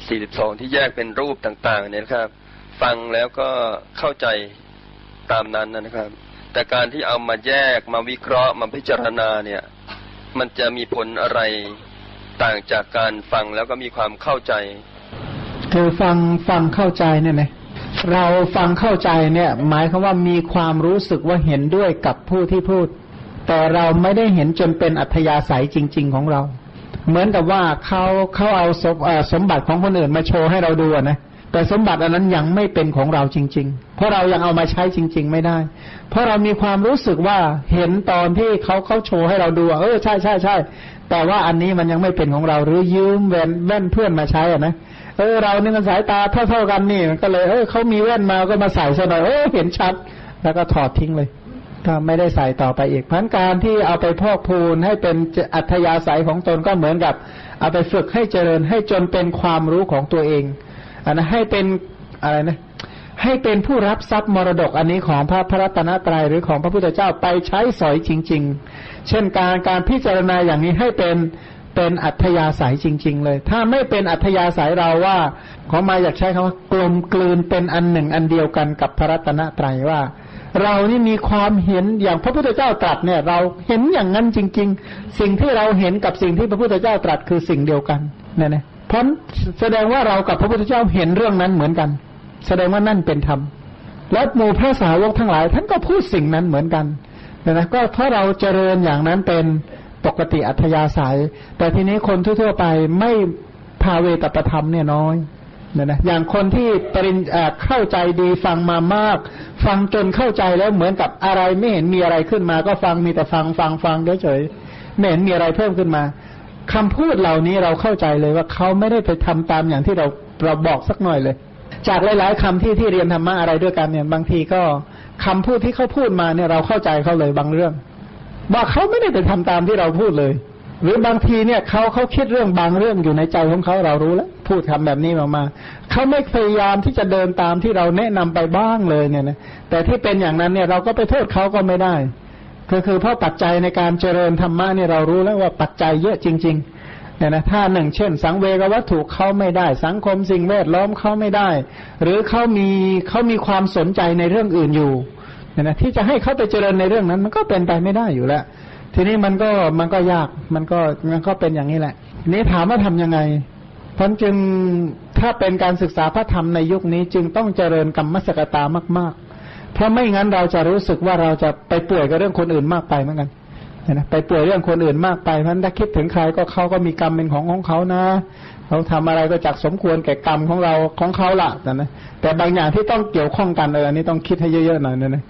42ที่แยกเป็นรูปต่างๆเนี่ยครับฟังแล้วก็เข้าใจตามนั้นนะครับแต่การที่เอามาแยกมาวิเคราะห์มาพิจารณาเนี่ยมันจะมีผลอะไรต่างจากการฟังแล้วก็มีความเข้าใจคือฟังเข้าใจเนี่ยนะเราฟังเข้าใจเนี่ยหมายความว่ามีความรู้สึกว่าเห็นด้วยกับผู้ที่พูดแต่เราไม่ได้เห็นจนเป็นอัธยาศัยจริงๆของเราเหมือนกับว่าเขาเอาสมบัติของคนอื่นมาโชว์ให้เราดูนะแต่สมบัติอันนั้นยังไม่เป็นของเราจริงๆเพราะเรายังเอามาใช้จริงๆไม่ได้เพราะเรามีความรู้สึกว่าเห็นตอนที่เขาโชว์ให้เราดูใช่ใช่ใช่แต่ว่าอันนี้มันยังไม่เป็นของเราหรือยืมแว่นเพื่อนมาใช้นะเรานี่มันสายตาเท่ากันนี่ก็เลยเขามีแว่นมาก็มาใส่ซะหน่อยเห็นชัดแล้วก็ถอดทิ้งเลยก็ไม่ได้ใส่ต่อไปอีกพันการที่เอาไปพอกพูนให้เป็นอัธยาศัยของตนก็เหมือนกับเอาไปฝึกให้เจริญให้จนเป็นความรู้ของตัวเองนะให้เป็นอะไรนะให้เป็นผู้รับทรัพย์มรดกอันนี้ของพระรัตนตรัยหรือของพระพุทธเจ้าไปใช้สอยจริงๆเช่นการพิจารณาอย่างนี้ให้เป็นอัธยาศัยจริงๆเลยถ้าไม่เป็นอัธยาศัยเราว่าของมาอยากใช้คำว่ากลมกลืนเป็นอันหนึ่งอันเดียวกันกับพระรัตนตรัยว่าเรานี่มีความเห็นอย่างพระพุทธเจ้าตรัสเนี่ยเราเห็นอย่างนั้นจริงๆสิ่งที่เราเห็นกับสิ่งที่พระพุทธเจ้าตรัสคือสิ่งเดียวกันเนี่ยนะเพราะแสดงว่าเรากับพระพุทธเจ้าเห็นเรื่องนั้นเหมือนกันแสดงว่านั่นเป็นธรรมและหมู่พระสาวกทั้งหลายท่านก็พูดสิ่งนั้นเหมือนกันนะก็เพราะเราเจริญอย่างนั้นเป็นปกติอัธยาศัยแต่ทีนี้คนทั่วๆไปไม่ภาเวตประธรรมเนี่ยน้อยนะอย่างคนที่เข้าใจดีฟังมามากฟังจนเข้าใจแล้วเหมือนกับอะไรไม่เห็นมีอะไรขึ้นมาก็ฟังมีแต่ฟังเฉยๆไม่เห็นมีอะไรเพิ่มขึ้นมาคำพูดเหล่านี้เราเข้าใจเลยว่าเขาไม่ได้ไปทำตามอย่างที่เราบอกสักหน่อยเลยจากหลายๆคำที่เรียนธรรมะอะไรด้วยกันเนี่ยบางทีก็คำพูดที่เขาพูดมาเนี่ยเราเข้าใจเขาเลยบางเรื่องว่าเขาไม่ได้ไปทำตามที่เราพูดเลยหรือบางทีเนี่ยเขาคิดเรื่องบางเรื่องอยู่ในใจของเขาเรารู้แล้วพูดคำแบบนี้ออกมาเขาไม่พยายามที่จะเดินตามที่เราแนะนำไปบ้างเลยเนี่ยนะแต่ที่เป็นอย่างนั้นเนี่ยเราก็ไปโทษเขาก็ไม่ได้คือเพราะปัจจัยในการเจริญธรรมะเนี่ยเรารู้แล้วว่าปัจจัยเยอะจริงๆเนี่ยนะถ้าหนึ่งเช่นสังเวกวัตถุเขาไม่ได้สังคมสิ่งแวดล้อมเขาไม่ได้หรือเขามีความสนใจในเรื่องอื่นอยู่เนี่ยนะที่จะให้เขาไปเจริญในเรื่องนั้นมันก็เป็นไปไม่ได้อยู่แล้วทีนี้มันก็ยากมันก็เป็นอย่างนี้แหละนี้ถามว่าทำยังไงเพราะจึงถ้าเป็นการศึกษาพระธรรมในยุคนี้จึงต้องเจริญกรรมสกตามากๆเพราะไม่งั้นเราจะรู้สึกว่าเราจะไปป่วยกับเรื่องคนอื่นมากไปเหมือนกันนะไปป่วยเรื่องคนอื่นมากไปเพราะถ้าคิดถึงใครก็เขาก็มีกรรมเป็นของเขานะเขาทำอะไรก็จักสมควรแก่กรรมของเขาละนะแต่บางอย่างที่ต้องเกี่ยวข้องกันอันนี้ต้องคิดให้เยอะๆหน่อยนะ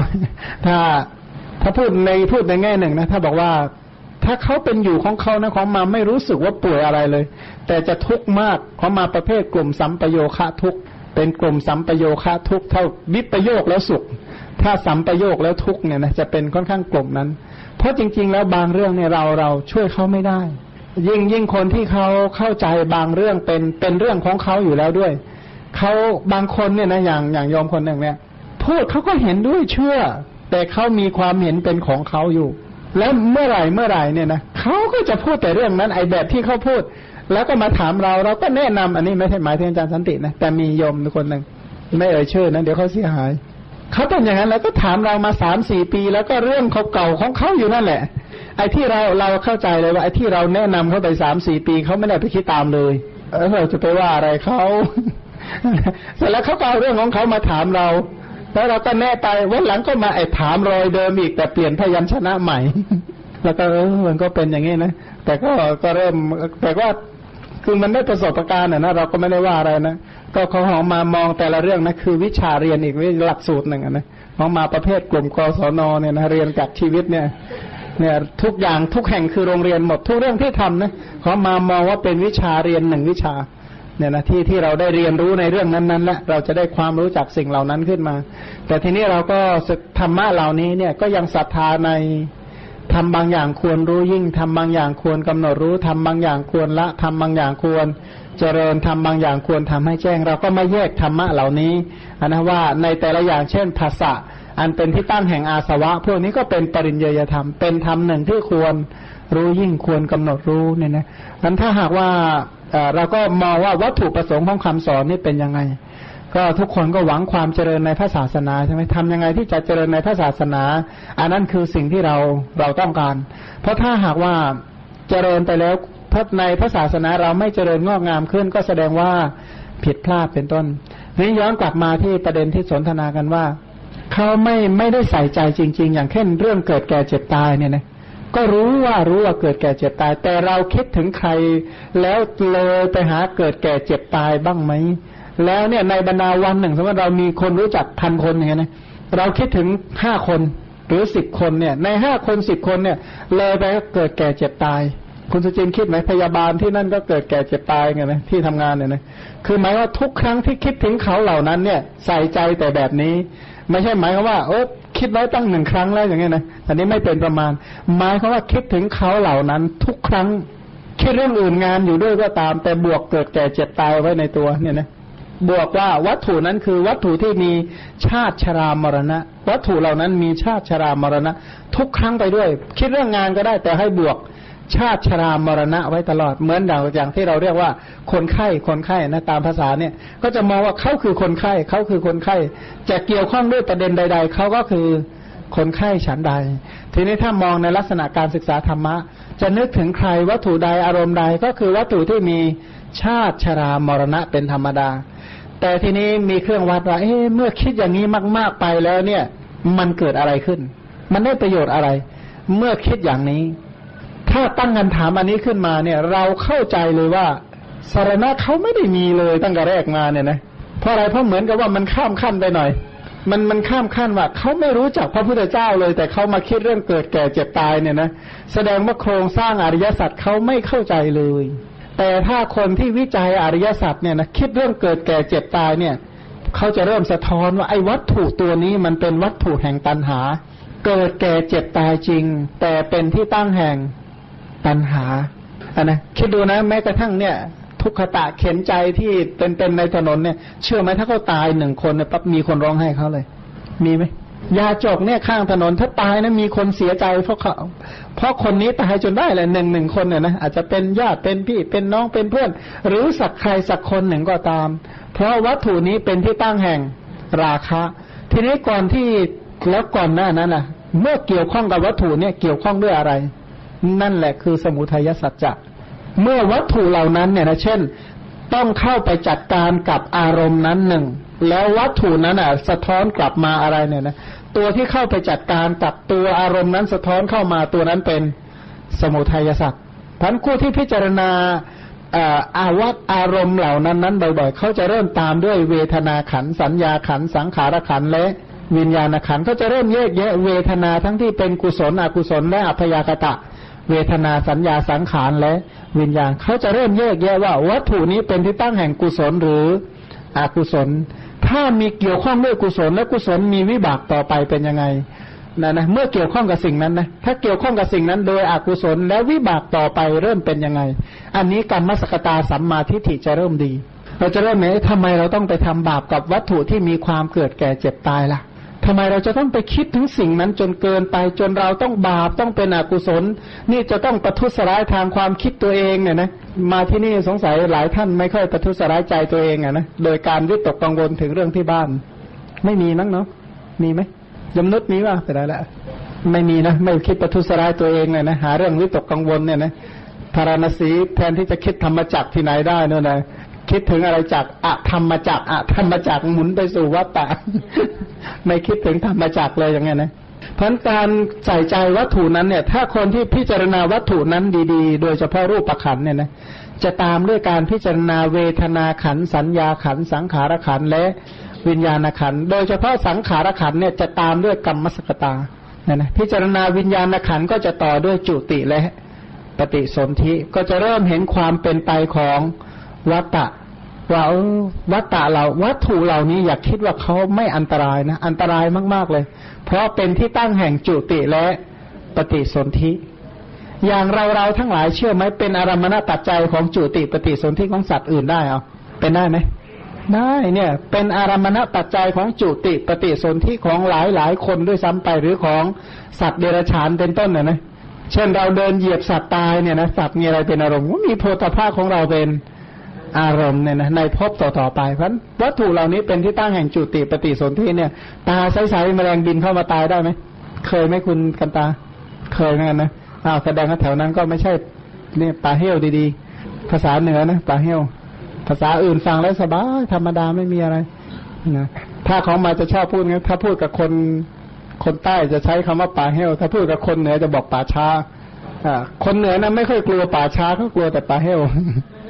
ถ้าพูดในแง่หนึ่งนะถ้าบอกว่าถ้าเขาเป็นอยู่ของเขานะของมาไม่รู้สึกว่าป่วยอะไรเลยแต่จะทุกข์มากของมาประเภทกลุ่มสัมปโยคะทุกข์เป็นกลุ่มสัมปโยคะทุกข์เท่าวิปโยคแล้วสุขถ้าสัมปโยคแล้วทุกข์เนี่ยนะจะเป็นค่อนข้างกลุ่มนั้นเพราะจริงๆแล้วบางเรื่องเนี่ยเราช่วยเขาไม่ได้ยิ่งคนที่เขาเข้าใจบางเรื่องเป็นเรื่องของเขาอยู่แล้วด้วยเขาบางคนเนี่ยนะอย่างยอมคนหนึ่งเนี่ยพูดเขาก็เห็นด้วยเชื่อแต่เขามีความเห็นเป็นของเขาอยู่แล้วเมื่อไหร่เนี่ยนะเขาก็จะพูดแต่เรื่องนั้นไอ้แบบที่เขาพูดแล้วก็มาถามเราก็แนะนำอันนี้ไม่ใช่หมายถึงอาจารย์สันตินะแต่มีโยมคนหนึ่งไม่เอ่ยชื่อนะเดี๋ยวเขาเสียหายเขาเป็นอย่างนั้นแล้วก็ถามเรามา 3-4 ปีแล้วก็เรื่องเก่าของเขาอยู่นั่นแหละไอ้ที่เราเข้าใจเลยว่าไอ้ที่เราแนะนำเขาไป 3-4 ปีเขาไม่ได้ไปคิดตามเลยเราจะไปว่าอะไรเขาเสร็จแล้วเขาก็เอาเรื่องของเขามาถามเราแล้วเราก็แน่ไปวันหลังก็มาถามรอยเดิมอีกแต่เปลี่ยนพยัญชนะใหม่แล้วก็มันก็เป็นอย่างนี้นะแต่ก็เริ่มแต่ว่าคือมันได้ประสบการณ์นะเราก็ไม่ได้ว่าอะไรนะก็เขาหอมามองแต่ละเรื่องนะคือวิชาเรียนอีกหลักสูตรหนึ่งนะมองมาประเภทกลุ่มกศนเนี่ยนะเรียนจากชีวิตเนี่ยทุกอย่างทุกแห่งคือโรงเรียนหมดทุกเรื่องที่ทำนะเขามามองว่าเป็นวิชาเรียนหนึ่งวิชาเนี่ยนะที่เราได้เรียนรู้ในเรื่องนั้นๆและเราจะได้ความรู้จากสิ่งเหล่านั้นขึ้นมาแต่ทีนี้เราก็ธรรมะเหล่านี้เนี่ยก็ยังศรัทธาในทำบางอย่างควรรู้ยิ่งทำบางอย่างควรกำหนดรู้ทำบางอย่างควรละทำบางอย่างควรเจริญทำบางอย่างควรทำให้แจ้งเราก็ไม่แยกธรรมะเหล่านี้นะว่าในแต่ละอย่างเช่นภาษาอันเป็นที่ตั้งแห่งอาสวะพวกนี้ก็เป็นปริญญยธรรมเป็นธรรมหนึ่งที่ควรรู้ยิ่งควรกำหนดรู้เนี่ยนะนั้นถ้าหากว่าเราก็มองว่าวัตถุประสงค์ของคำสอนนี่เป็นยังไงก็ทุกคนก็หวังความเจริญในพระศาสนาใช่ไหมทำยังไงที่จะเจริญในพระศาสนาอันนั้นคือสิ่งที่เราต้องการเพราะถ้าหากว่าเจริญไปแล้วในพระศาสนาเราไม่เจริญงอกงามขึ้นก็แสดงว่าผิดพลาดเป็นต้นนี้ย้อนกลับมาที่ประเด็นที่สนทนากันว่าเขาไม่ได้ใส่ใจจริงๆอย่างเช่นเรื่องเกิดแก่เจ็บตายเนี่ยนะก็รู้ว่าเกิดแก่เจ็บตายแต่เราคิดถึงใครแล้วเลยไปหาเกิดแก่เจ็บตายบ้างไหมแล้วเนี่ยในบรรดาวันหนึ่งสมมติเรามีคนรู้จัก1,000 คนอย่างเงี้ยนะเราคิดถึง5 คนหรือ10 คนเนี่ยใน5 คน10 คนเนี่ยเลยไปก็เกิดแก่เจ็บตายคุณสุจินคิดไหมพยาบาลที่นั่นก็เกิดแก่เจ็บตายไงนะที่ทำงานเนี่ยนะคือหมายว่าทุกครั้งที่คิดถึงเขาเหล่านั้นเนี่ยใส่ใจแต่แบบนี้ไม่ใช่หมายความว่าคิดไว้ตั้ง1 ครั้งแล้วอย่างเงี้ยนะอันนี้ไม่เป็นประมาณหมายความว่าคิดถึงเขาเหล่านั้นทุกครั้งคิดเรื่องอื่นงานอยู่ด้วยก็ตามแต่บวกเกิดแก่เจ็บตายไว้ในตัวเนี่ยนะบวกว่าวัตถุนั้นคือวัตถุที่มีชาติชรามรณะวัตถุเหล่านั้นมีชาติชรามรณะทุกครั้งไปด้วยคิดเรื่องงานก็ได้แต่ให้บวกชาติชรามรณะไว้ตลอดเหมือนอย่างที่เราเรียกว่าคนไข้นะตามภาษาเนี่ยก็จะมองว่าเขาคือคนไข้เขาคือคนไข้จะเกี่ยวข้องด้วยประเด็นใดๆเขาก็คือคนไข้ฉันใดทีนี้ถ้ามองในลักษณะการศึกษาธรรมะจะนึกถึงใครวัตถุใดอารมณ์ใดก็คือวัตถุที่มีชาติชรามรณะเป็นธรรมดาแต่ทีนี้มีเครื่องวัดว่าเมื่อคิดอย่างนี้มากๆไปแล้วเนี่ยมันเกิดอะไรขึ้นมันได้ประโยชน์อะไรเมื่อคิดอย่างนี้ถ้าตั้งคำถามอันนี้ขึ้นมาเนี่ยเราเข้าใจเลยว่าสรณะเขาไม่ได้มีเลยตั้งแต่แรกมาเนี่ยนะเพราะอะไรเพราะเหมือนกับว่ามันข้ามขั้นไปหน่อยมันข้ามขั้นว่าเขาไม่รู้จักพระพุทธเจ้าเลยแต่เขามาคิดเรื่องเกิดแก่เจ็บตายเนี่ยนะแสดงว่าโครงสร้างอริยสัจเขาไม่เข้าใจเลยแต่ถ้าคนที่วิจัยอริยสัจเนี่ยนะคิดเรื่องเกิดแก่เจ็บตายเนี่ยเขาจะเริ่มสะท้อนว่าไอ้วัตถุตัวนี้มันเป็นวัตถุแห่งตัณหาเกิดแก่เจ็บตายจริงแต่เป็นที่ตั้งแห่งตัณหานะคิดดูนะแม้กระทั่งเนี่ยทุกขตะเข็นใจที่เป็นในถนนเนี่ยเชื่อไหมถ้าเขาตาย1 คนเนี่ยปั๊บมีคนร้องไห้เขาเลยมีไหมยาจกเนี่ยข้างถนนถ้าตายนะมีคนเสียใจเพราะคนนี้ตายจนได้เลยหนึ่งคนเนี่ยนะอาจจะเป็นญาติเป็นพี่เป็นน้องเป็นเพื่อนหรือสักใครสักคนหนึ่งก็ตามเพราะวัตถุนี้เป็นที่ตั้งแห่งราคะทีนี้ก่อนหน้านั้นนะเมื่อเกี่ยวข้องกับวัตถุเนี่ยเกี่ยวข้องด้วยอะไรนั่นแหละคือสมุทัยสัจจะเมื่อวัตถุเหล่านั้นเนี่ยนะเช่นต้องเข้าไปจัดการกับอารมณ์นั้นหนึ่งแล้ววัตถุนั้นสะท้อนกลับมาอะไรเนี่ยนะตัวที่เข้าไปจัดการกับตัวอารมณ์นั้นสะท้อนเข้ามาตัวนั้นเป็นสมุทัยสัจพันคู่ที่พิจารณาอารมณ์เหล่านั้นบ่อยๆเขาจะเริ่มตามด้วยเวทนาขันธ์สัญญาขันธ์สังขารขันธ์และวิญญาณขันธ์เขาจะเริ่มแยกแยะเวทนาทั้งที่เป็นกุศลอกุศลและอัพยากตะเวทนาสัญญาสังขารและวิญญาณเขาจะเริ่มแยกแยะว่าวัตถุนี้เป็นที่ตั้งแห่งกุศลหรืออกุศลถ้ามีเกี่ยวข้องด้วยกุศลและกุศลมีวิบากต่อไปเป็นยังไงนะเมื่อเกี่ยวข้องกับสิ่งนั้นนะถ้าเกี่ยวข้องกับสิ่งนั้นโดยอกุศลและวิบากต่อไปเริ่มเป็นยังไงอันนี้กรรมสกตาสัมมาทิฏฐิจะเริ่มดีเราจะเริ่มไหมทำไมเราต้องไปทำบาปกับวัตถุที่มีความเกิดแก่เจ็บตายล่ะทำไมเราจะต้องไปคิดถึงสิ่งนั้นจนเกินไปจนเราต้องบาปต้องเป็นอกุศลนี่จะต้องประทุษร้ายทางความคิดตัวเองเนี่ยนะมาที่นี่สงสัยหลายท่านไม่ค่อยประทุษร้ายใจตัวเองนะโดยการวิตกกังวลถึงเรื่องที่บ้านไม่มีมั้งเนาะมีไหมยมนุษย์มีป่ะไปได้แล้วไม่มีนะไม่คิดประทุษร้ายตัวเองเลยนะหาเรื่องวิตกกังวลเนี่ยนะพาราณสีแทนที่จะคิดธรรมจักรที่ไหนได้นู่นนะคิดถึงอะไรจากธรรมจักรธรรมจักรหมุนไปสู่วัฏฏะไม่คิดถึงธรรมจักรเลยอย่างเงี้ยนะเพราะการใส่ใจวัตถุนั้นเนี่ยถ้าคนที่พิจารณาวัตถุนั้นดีๆโดยเฉพาะรูปขันธ์เนี่ยนะจะตามด้วยการพิจารณาเวทนาขันธ์สัญญาขันธ์สังขารขันธ์และวิญญาณขันธ์โดยเฉพาะสังขารขันธ์เนี่ยจะตามด้วยกรรมสกตาเนี่ยนะพิจารณาวิญญาณขันธ์ก็จะต่อด้วยจุติและปฏิสนธิก็จะเริ่มเห็นความเป็นไปของวัฏฏะว่าวัฏฏะวัตถุเหล่านี้อย่าคิดว่าเขาไม่อันตรายนะอันตรายมากๆเลยเพราะเป็นที่ตั้งแห่งจุติและปฏิสนธิอย่างเราทั้งหลายเชื่อไหมเป็นอารมณปัจจัยของจุติปฏิสนธิของสัตว์อื่นได้เอาเป็นได้ไหมได้เนี่ยเป็นอารมณปัจจัยของจุติปฏิสนธิของหลายคนด้วยซ้ำไปหรือของสัตว์เดรัจฉานเป็นต้นนะเช่นเราเดินเหยียบสัตว์ตายเนี่ยนะสัตว์มีอะไรเป็นอารมณ์มีโพธาภาของเราเป็นอารมณ์เนี่ยนะในภพต่อไปเพราะวัตถุเหล่านี้เป็นที่ตั้งแห่งจุติปฏิสนธิเนี่ยตาใสๆแมลงบินเข้ามาตายได้ไหมเคยไหมคุณกันตาเคยเหมือนกันนะแสดงว่าแถวนั้นก็ไม่ใช่เนี่ยป่าเหี้ยวดีๆภาษาเหนือนะป่าเหี้ยวภาษาอื่นฟังแล้วสบายธรรมดาไม่มีอะไรนะถ้าของมาจะชอบพูดงั้นถ้าพูดกับคนใต้จะใช้คำว่าป่าเหี้ยวถ้าพูดกับคนเหนือจะบอกป่าช้าคนเหนือนะไม่ค่อยกลัวป่าช้าเขากลัวแต่ป่าเหี้ยว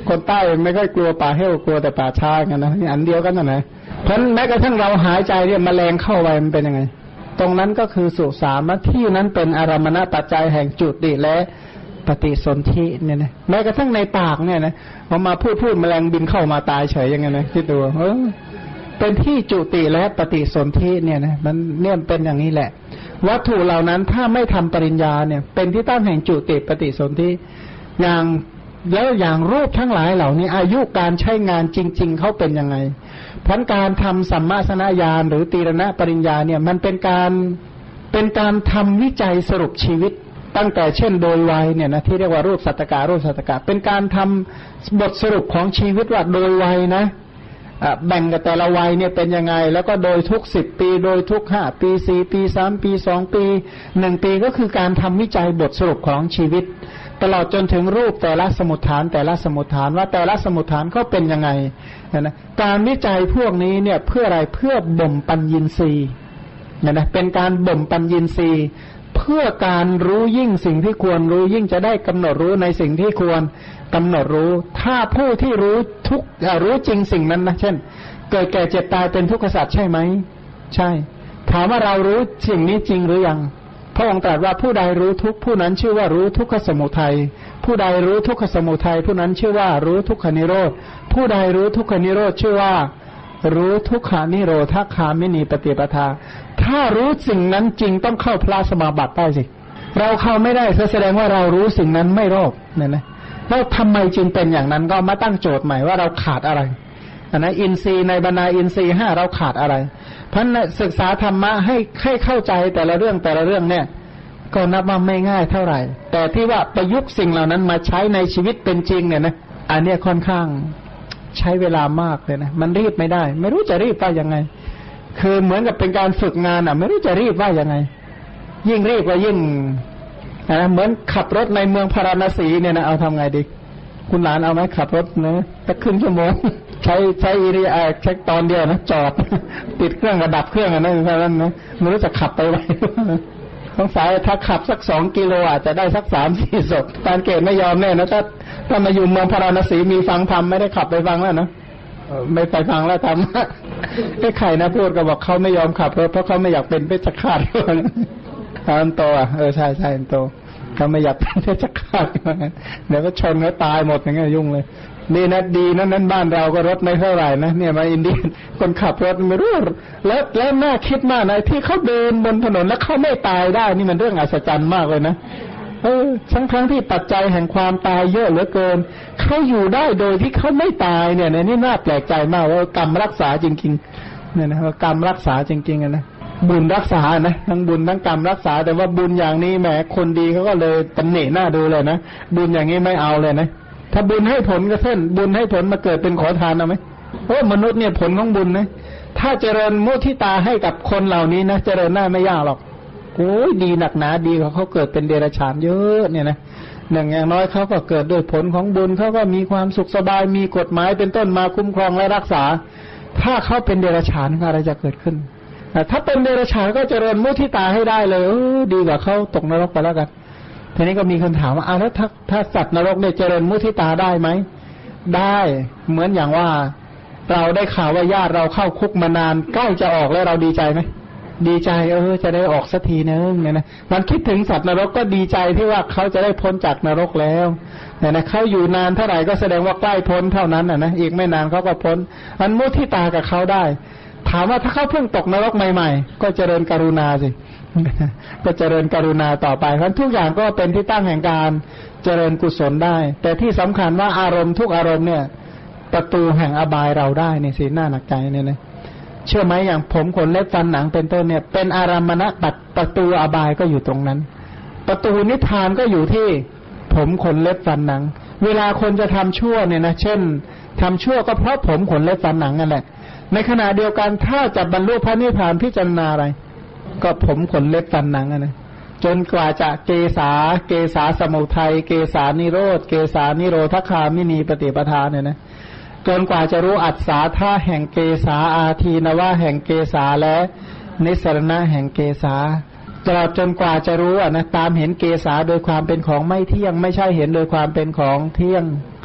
คนใต้ไม่ค่อยกลัวป่าเหี้ยวกลัวแต่ป่าช้ากันนะอันเดียวกันนะเพราะแม้กระทั่งเราหายใจเนี่ยแมลงเข้าไปมันเป็นยังไงตรงนั้นก็คือสุสามที่นั้นเป็นอารมณปัจจัยแห่งจุติและปฏิสนธิเนี่ยนะแม้กระทั่งในปากเนี่ยนะพอมาพูดแมลงบินเข้ามาตายเฉยยังไงนะคิดดูเป็นที่จุติและปฏิสนธิเนี่ยนะมันเนี่ยเป็นอย่างนี้แหละวัตถุเหล่านั้นถ้าไม่ทำปริญญาเนี่ยเป็นที่ตั้งแห่งจุติปฏิสนธิอย่างรูปทั้งหลายเหล่านี้อายุการใช้งานจริงๆเขาเป็นยังไงเพราะการทำสัมมาสนญาณหรือตีรณปริญญาเนี่ยมันเป็นการทำวิจัยสรุปชีวิตตั้งแต่เช่นโดยวัยเนี่ยนะที่เรียกว่ารูปสัตตกะเป็นการทำบทสรุปของชีวิตว่าโดยวัยนะแบ่งกับแต่ละวัยเนี่ยเป็นยังไงแล้วก็โดยทุก10 ปีโดยทุก5 ปี4 ปี3 ปี2 ปี1 ปีก็คือการทำวิจัยบทสรุปของชีวิตตลอดจนถึงรูปแต่ละสมุฏฐานว่าแต่ละสมุฏฐานเขาเป็นยังไงนะการวิจัยพวกนี้เนี่ยเพื่ออะไรเพื่อบ่มปัญญีสีนะเป็นการบ่มปัญญีสีเพื่อการรู้ยิ่งสิ่งที่ควรรู้ยิ่งจะได้กำหนดรู้ในสิ่งที่ควรกำหนดรู้ถ้าผู้ที่รู้จริงสิ่งนั้นนะเช่นเกิดแก่เจ็บตายเป็นทุกขสัตว์ใช่ไหมใช่ถามว่าเรารู้สิ่งนี้จริงหรือยังพระองค์ตรัสว่าผู้ใดรู้ทุกผู้นั้นชื่อว่ารู้ทุกขสมุทัยผู้ใดรู้ทุกขสมุทัยผู้นั้นชื่อว่ารู้ทุกขนิโรธผู้ใดรู้ทุกขนิโรธชื่อว่ารู้ทุกขานิโรธคามินีปฏิปทาถ้ารู้สิ่งนั้นจริงต้องเข้าพระสมาบัติได้สิเราเข้าไม่ได้แสดงว่าเรารู้สิ่งนั้นไม่รอบเนี่ยนะแล้วทำไมจึงเป็นอย่างนั้นก็มาตั้งโจทย์ใหม่ว่าเราขาดอะไรนะอินทรีย์ในบรรดาอินทรีย์5เราขาดอะไรเพราะศึกษาธรรมะให้เข้าใจแต่ละเรื่องเนี่ยก็นับว่าไม่ง่ายเท่าไหร่แต่ที่ว่าประยุกต์สิ่งเหล่านั้นมาใช้ในชีวิตเป็นจริงเนี่ยนะอันนี้ค่อนข้างใช้เวลามากเลยนะมันรีบไม่ได้ไม่รู้จะรีบว่ายังไงคือเหมือนกับเป็นการฝึกงานไม่รู้จะรีบว่ายังไงยิ่งรีบก็ยิ่งเหมือนขับรถในเมืองพาราณสีเนี่ยนะเอาทำไงดีคุณหลานเอาไหมขับรถนะสักครึ่งชั่วโมงใช้อิริยาเช็คตอนเดียวนะจอดติดเครื่องกระดับเครื่องนะเพราะนั้นนะไม่รู้จะขับไปไหนสงสัยถ้าขับสัก2 กิโลอาจจะได้สัก 3-4 ศพการเกณฑ์ไม่ยอมแน่นะถ้ามาอยู่เมืองพาราณสีมีฟังธรรมไม่ได้ขับไปฟังแล้วนะไม่ไปฟังแล้วทำไอ้ไข่นะพูดก็บอกเขาไม่ยอมขับรถเพราะเขาไม่อยากเป็นเพชฌฆาตอันโตใช่อันโตเขาไม่อยากเป็นเพชฌฆาตเดี๋ยวก็ชนก็ตายหมดอย่างเงี้ยยุ่งเลยนี่นะดีนั้นบ้านเราก็รถไม่เท่าไหร่นะเนี่ยมาอินเดียคนขับรถไม่รู้แล้วน่าคิดมากนะที่เขาเดินบนถนนแล้วเขาไม่ตายได้นี่มันเรื่องอัศจรรย์มากเลยนะทั้งที่ปัจจัยแห่งความตายเยอะเหลือเกินเขาอยู่ได้โดยที่เขาไม่ตายเนี่ยนี่น่าแปลกใจมากว่ากรรมรักษาจริงๆเนี่ยนะว่ากรรมรักษาจริงๆนะบุญรักษานะทั้งบุญทั้งกรรมรักษาแต่ว่าบุญอย่างนี้แหมคนดีเขาก็เลยตำหนิหน้าดูเลยนะบุญอย่างนี้ไม่เอาเลยนะถ้าบุญให้ผลก็เช่นบุญให้ผลมาเกิดเป็นขอทานเอาไหมเพราะมนุษย์เนี่ยผลของบุญนะถ้าเจริญมุทิตาให้กับคนเหล่านี้นะเจริญหน้าไม่ยากหรอกโอ้ยดีหนักหนาดีกว่าเขาเกิดเป็นเดรัจฉานเยอะเนี่ยนะอย่างน้อยเขาก็เกิดด้วยผลของบุญเขาก็มีความสุขสบายมีกฎหมายเป็นต้นมาคุ้มครองและรักษาถ้าเขาเป็นเดรัจฉานอะไรจะเกิดขึ้นถ้าเป็นเดรัจฉานก็เจริญมุทิตาให้ได้เลยดีกว่าเขาตกนรกไปแล้วกันทีนี้ก็มีคนถามว่าแล้วถ้าสัตว์นรกเนี่ยเจริญมุทิตาได้ไหมได้เหมือนอย่างว่าเราได้ข่าวว่าญาติเราเข้าคุกมานานใกล้จะออกแล้วเราดีใจไหมดีใจจะได้ออกสักทีนึงเนี่ยนะมันคิดถึงสัตว์นรกก็ดีใจที่ว่าเขาจะได้พ้นจากนรกแล้วเนี่ยนะเขาอยู่นานเท่าไหร่ก็แสดงว่าใกล้พ้นเท่านั้นนะอีกไม่นานเขาก็พ้นอันมุทิตากับเขาได้ถามว่าถ้าเขาเพิ่งตกนรกใหม่ๆก็เจริญกรุณาสิก็เจริญกรุณาต่อไปเพราะทุกอย่างก็เป็นที่ตั้งแห่งการเจริญกุศลได้แต่ที่สำคัญว่าอารมณ์ทุกอารมณ์เนี่ยประตูแห่งอบายเราได้ในสีหน้าหนักใจเนี่ยนะเชื่อไหมอย่างผมขนเล็บฟันหนังเป็นต้นเนี่ยเป็นอารามณะประตูอบายก็อยู่ตรงนั้นประตูนิพพานก็อยู่ที่ผมขนเล็บฟันหนังเวลาคนจะทำชั่วเนี่ยนะเช่นทำชั่วก็เพราะผมขนเล็บฟันหนังนั่นแหละในขณะเดียวกันถ้าจะบรรลุพระนิพพานพิจารณาอะไรก็ผมขนเล็บฟันหนังนะจนกว่าจะเกสาสมุทัยเกสานิโรธเกสานิโรธคามินีปฏิปทาเนี่ยนะจนกว่าจะรู้อัศสาธาแห่งเกสาอาทีนวะแห่งเกสาและนิสรณะแห่งเกสาตลอดจนกว่าจะรู้นะตามเห็นเกสาโดยความเป็นของไม่เที่ยงไม่ใช่เห็นโดยความเป็นของเที่ยง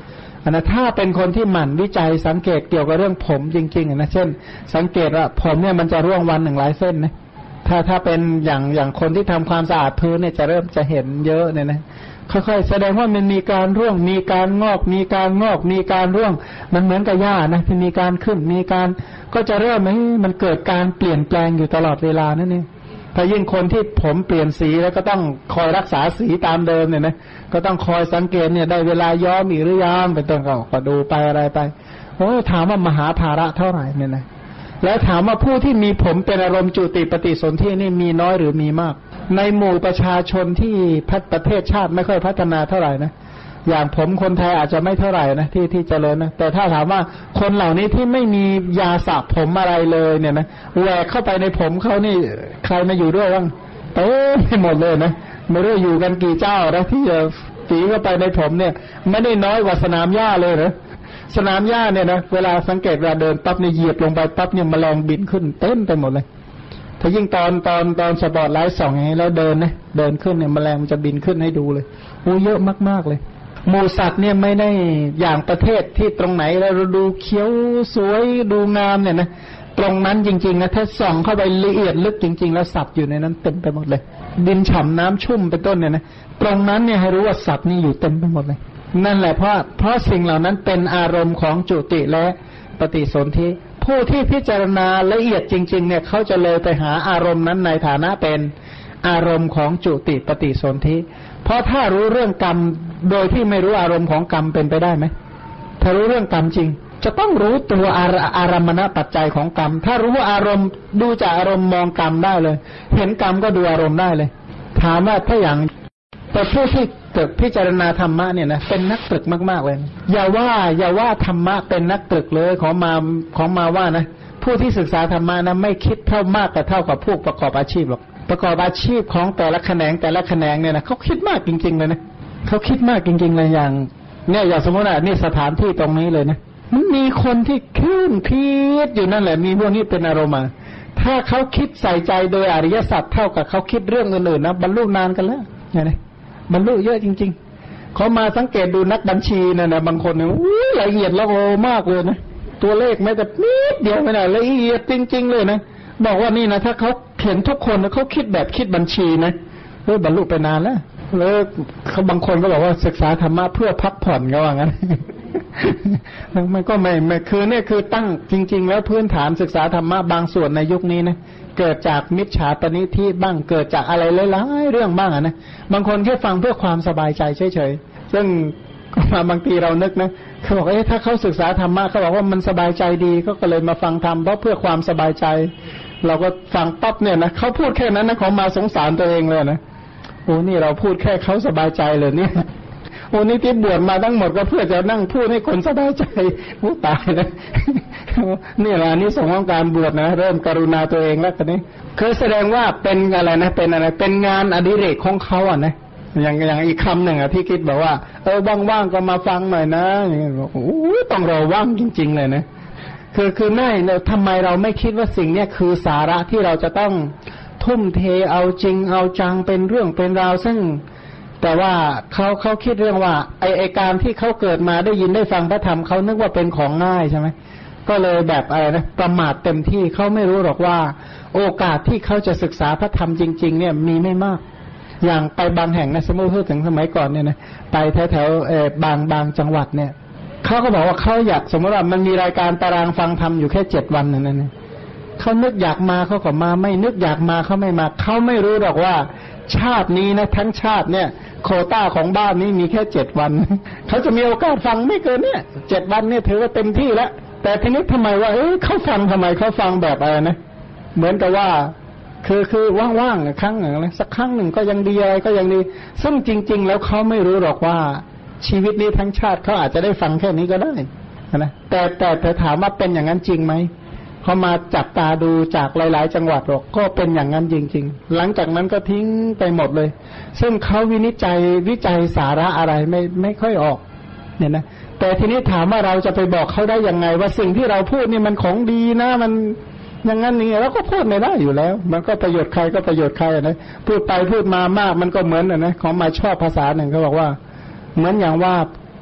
นะถ้าเป็นคนที่หมั่นวิจัยสังเกตเกี่ยวกับเรื่องผมจริงๆนะเช่นสังเกตว่าผมเนี่ยมันจะร่วงวันหนึ่งหลายเส้นนะถ้าเป็นอย่างคนที่ทำความสะอาดพื้นเนี่ยจะเริ่มจะเห็นเยอะเนี่ยนะค่อยๆแสดงว่ามันมีการร่วงมีการงอกมีการงอกมีการร่วงมันเหมือนกับหญ้านะที่มีการขึ้นมีการก็จะเริ่มมันเกิดการเปลี่ยนแปลงอยู่ตลอดเวลานั่นเองถ้ายิ่งคนที่ผมเปลี่ยนสีแล้วก็ต้องคอยรักษาสีตามเดิมเนี่ยนะก็ต้องคอยสังเกตเนี่ยได้เวลาย้อมอีกหรือยังเป็นต้นก็ดูไปอะไรไปโอ้ถามว่ามหาภาระเท่าไหร่เนี่ยนะแล้วถามว่าผู้ที่มีผมเป็นอารมณ์จุติปฏิสนธินี่มีน้อยหรือมีมากในหมู่ประชาชนที่ประเทศชาติไม่ค่อยพัฒนาเท่าไหร่นะอย่างผมคนไทยอาจจะไม่เท่าไหร่นะที่เจริญนะแต่ถ้าถามว่าคนเหล่านี้ที่ไม่มียาสระผมอะไรเลยเนี่ยนะแหวกเข้าไปในผมเขานี่ใครมาอยู่ด้วยบ้างเต็มไปหมดเลยนะไม่รู้อยู่กันกี่เจ้านะที่จะฝีเข้าไปในผมเนี่ยไม่ได้น้อยกว่าสนามหญ้าเลยนะสนามหญ้าเนี่ยนะเวลาสังเกตเวลาเดินปั๊บเนี่ยเหยียบลงไปปั๊บเนี่ยแมลงบินขึ้นเต็มไปหมดเลยถ้ายิ่งตอนสปอตไลท์ส่องอย่างนี้แล้วเดินนะเดินขึ้นเนี่ยแมลงมันจะบินขึ้นให้ดูเลยโอ้เยอะมากๆเลยหมูสัตว์เนี่ยไม่ได้อย่างประเทศที่ตรงไหนแล้วดูเขียวสวยดูงามเนี่ยนะตรงนั้นจริงๆนะถ้าส่องเข้าไปละเอียดลึกจริงๆแล้วสัตว์อยู่ในนั้นเต็มไปหมดเลยดินฉ่ำน้ำชุ่มเป็นต้นเนี่ยนะตรงนั้นเนี่ยให้รู้ว่าสัตว์นี่อยู่เต็มไปหมดเลยนั่นแหละเพราะสิ่งเหล่านั้นเป็นอารมณ์ของจุติและปฏิสนธิผู้ที่พิจารณาละเอียดจริงๆเนี่ยเขาจะเลยไปหาอารมณ์นั้นในฐานะเป็นอารมณ์ของจุติปฏิสนธิเพราะถ้ารู้เรื่องกรรมโดยที่ไม่รู้อารมณ์ของกรรมเป็นไปได้ไหมถ้ารู้เรื่องกรรมจริงจะต้องรู้ตัวอารมณปัจจัยของกรรมถ้ารู้ว่าอารมณ์ดูจากอารมณ์มองกรรมได้เลยเห็นกรรมก็ดูอารมณ์ได้เลยถามว่าถ้าอย่างแต่ผู้ที่เกิดพิจารณาธรรมะเนี่ยนะเป็นนักตรึกมากๆเลยอย่าว่าธรรมะเป็นนักตรึกเลยของมาว่านะผู้ที่ศึกษาธรรมะนะไม่คิดเท่ามากแต่เท่ากับผู้ประกอบอาชีพหรอกประกอบอาชีพของแต่ละแขนงเนี่ยนะเขาคิดมากจริงๆเลยนะเขาคิดมากจริงๆเลยอย่างเนี่ยอย่างสมมติว่านี่สถานที่ตรงนี้เลยนะมันมีคนที่คิดอยู่นั่นแหละมีพวกนี้เป็นอารมณ์ถ้าเขาคิดใส่ใจโดยอริยสัจเท่ากับเขาคิดเรื่องอื่นๆนะบรรลุนานกันแล้วเนี่ยบรรลุเยอะจริงๆเขามาสังเกตดูนักบัญชีเนี่ยนะบางคนเนี่ยละเอียดละโอมากเลยนะตัวเลขแม้แต่นิดเดียวไม่ได้ละเอียดจริงๆเลยนะบอกว่านี่นะถ้าเขาเห็นทุกคนเขาคิดแบบคิดบัญชีนะบรรลุไปนานแล้วเขาบางคนก็บอกว่าศึกษาธรรมะเพื่อพักผ่อนก็ว่างั้นมันก็ไม่คือเนี่ยคือตั้งจริงๆแล้วพื้นฐานศึกษาธรรมะบางส่วนในยุคนี้นะเกิดจากมิจฉาปณิธิบ้างเกิดจากอะไรหลายๆเรื่องบ้างนะบางคนแค่ฟังเพื่อความสบายใจเฉยๆซึ่งมาบางทีเรานึกนะเขาบอกถ้าเขาศึกษาธรรมะเขาบอกว่ามันสบายใจดีก็เลยมาฟังธรรมเพราะเพื่อความสบายใจเราก็ฟังปั๊บเนี่ยนะเขาพูดแค่นั้นนะเขามาสงสารตัวเองเลยนะโอ้นี่เราพูดแค่เขาสบายใจเลยเนี่ยโอ้นี่ที่บวชมาทั้งหมดก็เพื่อจะนั่งพูดให้คนสบายใจผู้ตายนะนี่แหละนี่สงของการบวชนะเริ่มกรุณาตัวเองแล้วกันนี้คือแสดงว่าเป็นอะไรนะเป็นอะไรเป็นงานอดิเรกของเขาอ่ะนะอย่างอีกคำหนึ่งอ่ะที่คิดบอกว่าว่างๆก็มาฟังหน่อยนะอย่างนี้บอกโอ้ต้องรอว่างจริงๆเลยนะคือไม่ทำไมเราไม่คิดว่าสิ่งนี้คือสาระที่เราจะต้องทุ่มเทเอาจริงเอาจังเป็นเรื่องเป็นราวซึ่งแต่ว่าเขาคิดเรื่องว่าไอการที่เขาเกิดมาได้ยินได้ฟังพระธรรมเขานึกว่าเป็นของง่ายใช่ไหมก็เลยแบบอะไรนะประมาทเต็มที่เขาไม่รู้หรอกว่าโอกาสที่เขาจะศึกษาพระธรรมจริงๆเนี่ยมีไม่มากอย่างไปบางแห่งนะสมมติพูดถึงสมัยก่อนเนี่ยนะไปแถวบางจังหวัดเนี่ยเขาก็บอกว่าเขาอยากสมมติว่ามันมีรายการตารางฟังธรรมอยู่แค่7 วันนั่นนะเขานึกอยากมาเขาก็มาไม่นึกอยากมาเขาไม่มาเขาไม่รู้หรอกว่าชาตินี้นะทั้งชาติเนี่ยโควต้าของบ้านนี้มีแค่7 วันเขาจะมีโอกาสฟังไม่เกินเนี่ย7 วันเนี่ยถือว่าเต็มที่แล้วแต่ทีนี้ทำไมว่าเขาฟังทำไมเขาฟังแบบอะไรนะเหมือนกับว่าคือว่างๆครั้งหนึ่งสักครั้งหนึ่งก็ยังดีอะไรก็ยังดีซึ่งจริงๆแล้วเขาไม่รู้หรอกว่าชีวิตนี้ทั้งชาติเขาอาจจะได้ฟังแค่นี้ก็ได้นะแต่ถามว่าเป็นอย่างนั้นจริงไหมเขามาจับตาดูจากหลายๆจังหวัดหรอกก็เป็นอย่างนั้นจริงๆหลังจากนั้นก็ทิ้งไปหมดเลยซึ่งเขาวิจัยสาระอะไรไม่ค่อยออกเนี่ยนะแต่ทีนี้ถามว่าเราจะไปบอกเขาได้ยังไงว่าสิ่งที่เราพูดนี่มันของดีนะมันอย่างนั้นนี่แล้วก็พูดไม่ได้อยู่แล้วมันก็ประโยชน์ใครก็ประโยชน์ใครนะพูดไปพูดมามากมันก็เหมือนนะของมาชอบภาษาหนึ่งเขาบอกว่าเหมือนอย่างว่า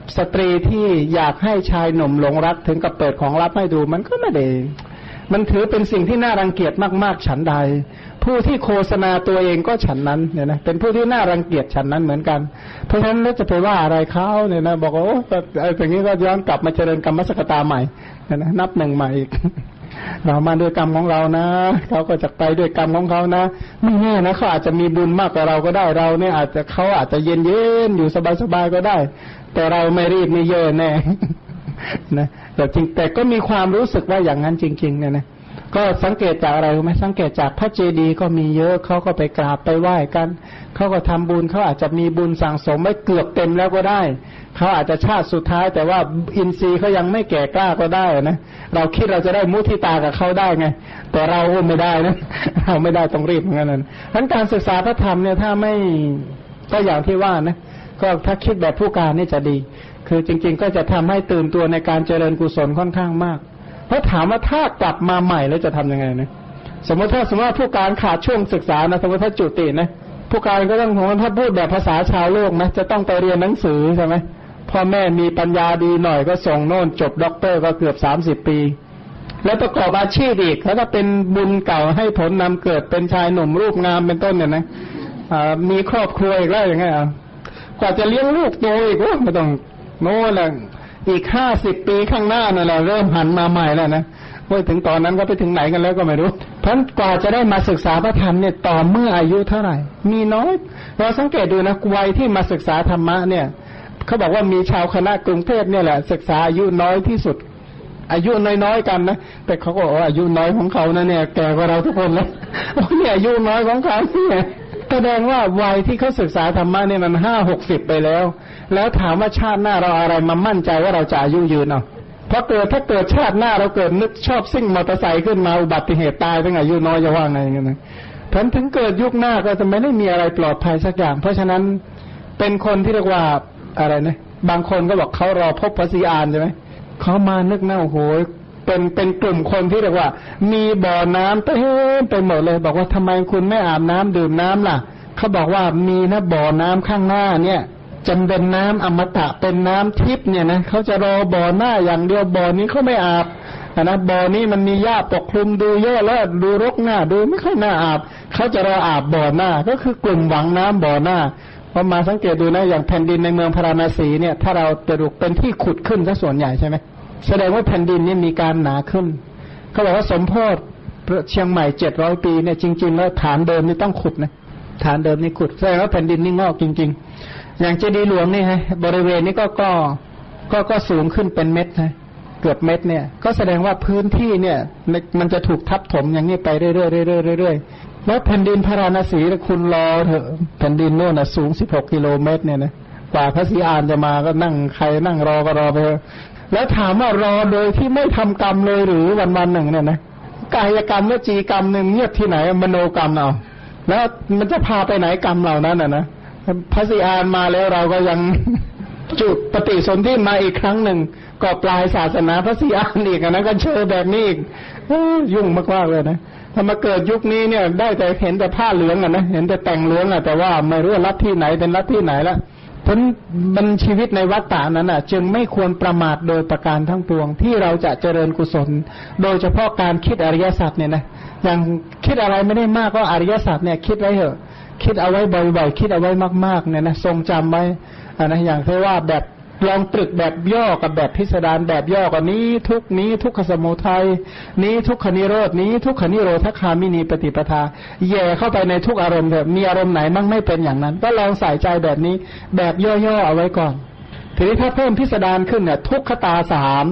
สตรีที่อยากให้ชายหนุ่มหลงรักถึงกับเปิดของลับให้ดูมันก็ไม่ได้มันถือเป็นสิ่งที่น่ารังเกียจมากๆฉันใดผู้ที่โฆษณาตัวเองก็ฉันนั้นเนี่ยนะเป็นผู้ที่น่ารังเกียจฉันนั้นเหมือนกันเพราะฉะนั้นเราจะไปว่าอะไรเขาเนี่ยนะบอกว่าโอ้อย่างนี้ก็ย้อนกลับมาเจริญกรรมสกตาใหม่เนี่ยนะนับหนึ่งใหม่อีก เรามาด้วยกรรมของเรานะเขาก็จะไปด้วยกรรมของเขานะไม่แน่นะเขาอาจจะมีบุญมากกว่าเราก็ได้เราเนี่ยอาจจะเขาอาจจะเย็นอยู่สบายๆก็ได้แต่เราไม่รีบไม่เยอะแน่ นะแต่จริงแต่ก็มีความรู้สึกว่าอย่างนั้นจริงๆเนี่ยนะก็สังเกตจากอะไรรู้ไหมสังเกตจากพระเจดีย์ก็มีเยอะเขาก็ไปกราบไปไหว้กันเขาก็ทำบุญเขาอาจจะมีบุญสั่งสมไว้เกือบเต็มแล้วก็ได้เขาอาจจะชาติสุดท้ายแต่ว่าอินทรีย์เขายังไม่แก่กล้าก็ได้นะเราคิดเราจะได้มุทิตากับเขาได้ไงแต่เราไม่ได้นะเราไม่ได้ต้องรีบเหมือนกันนั้นเพราะการศึกษาพระธรรมเนี่ยถ้าไม่ก็อย่างที่ว่านะก็ถ้าคิดแบบผู้การนี่จะดีคือจริงๆก็จะทำให้ตื่นตัวในการเจริญกุศลค่อนข้างมากเพราะถามว่าถ้ากลับมาใหม่แล้วจะทำยังไงนะสมมติว่าผู้การขาดช่วงศึกษานะสมมติถ้าจุตินะผู้การก็ต้องถ้าพูดแบบภาษาชาวโลกนะจะต้องไปเรียนหนังสือใช่ไหมพ่อแม่มีปัญญาดีหน่อยก็ส่งโน่นจบด็อกเตอร์ก็เกือบ30 ปีแล้วประกอบอาชีพอีกแล้วถ้าเป็นบุญเก่าให้ผลนำเกิดเป็นชายหนุ่มรูปงามเป็นต้นเนี่ยนะมีครอบครัวอีกแล้วอย่างเงี้ยกว่าจะเลี้ยงลูกโตอีกว่าไม่ต้องโน่นแหละอีก50 ปีข้างหน้านั่นแหละเริ่มหันมาใหม่แล้วนะว่าถึงตอนนั้นก็ไปถึงไหนกันแล้วก็ไม่รู้เพราะกว่าจะได้มาศึกษาพระธรรมเนี่ยต่อเมื่ออายุเท่าไหร่มีน้อยเราสังเกตดูนะวัยที่มาศึกษาธรรมะเนี่ยเขาบอกว่ามีชาวคณะกรุงเทพเนี่ยแหละศึกษาอายุน้อยที่สุดอายุน้อยๆกันนะแต่เขาก็บอกว่าอายุน้อยของเขานะเนี่ยแก่กว่าเราทุกคนแล้วเนี่ยอายุน้อยของเขาเนี่ยแสดงว่าวัยที่เขาศึกษาธรรมะเนี่ยมัน50-60ไปแล้วแล้วถามว่าชาติหน้าเราอะไรมามั่นใจว่าเราจะอายุยืนเอาเพราะถ้าเกิดชาติหน้าเราเกิดนึกชอบซิ่งมอเตอร์ไซค์ขึ้นมาอุบัติเหตุตายตั้งอายุน้อยจะว่าไงกันนะถึงเกิดยุคหน้าก็จะไม่ได้มีอะไรปลอดภัยสักอย่างเพราะฉะนั้นเป็นคนที่เรียกว่าอะไรนะบางคนก็บอกเขารอพบพระศรีอานใช่ไหมเขามานึกหน้าโอ้โหเป็นกลุ่มคนที่เรียกว่ามีบ่อน้ำเต็มไปหมดเลยบอกว่าทำไมคุณไม่อาบน้ำดื่มน้ำล่ะเขาบอกว่ามีนะบ่อน้ำข้างหน้าเนี่ยจำเป็นน้ำอมตะเป็นน้ำทิพย์เนี่ยนะเขาจะรอบ่อหน้าอย่างเดียวบ่อนี้เขาไม่อาบนะบ่อนี้มันมีหญ้าปกคลุมดูเยอะแล้วดูรกหน้าดูไม่ค่อยน่าอาบเขาจะรออาบบ่อหน้าก็คือกลุ่มหวังน้ำบ่อหน้าพอมาสังเกตดูนะอย่างแผ่นดินในเมืองพาราณสีเนี่ยถ้าเราจะดูเป็นที่ขุดขึ้นซะส่วนใหญ่ใช่ไหมแสดงว่าแผ่นดินนี่มีการหนาขึ้นเขาบอกว่าสมโภชเชียงใหม่700 ปีเนี่ยจริงๆแล้วฐานเดิมนี่ต้องขุดนะฐานเดิมนี่ขุดแสดงว่าแผ่นดินนี่งอกจริงๆอย่างเจดีย์หลวงนี่ฮะบริเวณนี้ก็สูงขึ้นเป็นเม็ดนะเกือบเม็ดเนี่ยก็แสดงว่าพื้นที่เนี่ยมันจะถูกทับถมอย่างนี้ไปเรื่อยๆเรื่อยๆแล้วแผ่นดินพาราณสีคุณรอเถอะแผ่นดินโน่นน่ะสูง16 กิโลเมตรเนี่ยนะกว่าพระศรีอานจะมาก็นั่งใครนั่งรอก็รอไปแล้วถามว่ารอโดยที่ไม่ทำกรรมเลยหรือวันๆหนึ่งเนี่ยนะกายกรรมวจีกรรมหนึ่งเงียบที่ไหนมโนกรรมเอาแล้วมันจะพาไปไหนกรรมเหล่านั้นนะพระศรีอานมาแล้วเราก็ยังจุดปฏิสนธิมาอีกครั้งหนึ่งก็ปลายศาสนาพระศรีอานอีกนะก็เชื่อแบบนี้อีกยุ่งมากๆเลยนะถ้ามาเกิดยุคนี้เนี่ยได้แต่เห็นแต่ผ้าเหลืองนะเห็นแต่แต่งเหลืองแต่ว่าไม่รู้ลัทธิไหนเป็นลัทธิไหนละผลมันชีวิตในวัฏฏะนั้นจึงไม่ควรประมาทโดยประการทั้งปวงที่เราจะเจริญกุศลโดยเฉพาะการคิดอริยสัจเนี่ยนะอย่างคิดอะไรไม่ได้มากก็อริยสัจเนี่ยคิดไว้เถอะคิดเอาไว้บ่อยๆคิดเอาไว้มากๆเนี่ยนะทรงจำไว้นะอย่างที่ว่าแบบลองตรึกแบบย่อกับแบบพิสดารแบบย่อกันนี้ทุกนี้ทุกขสมุทัยนี้ทุกขนิโรธนี้ทุกขนิโรธคามินีปฏิปทาแย่เข้าไปในทุกอารมณ์แบบมีอารมณ์ไหนมั่งไม่เป็นอย่างนั้นก็ลองใส่ใจแบบนี้แบบย่อๆเอาไว้ก่อนทีนี้ถ้าเพิ่มพิสดารขึ้นเนี่ยทุกขตา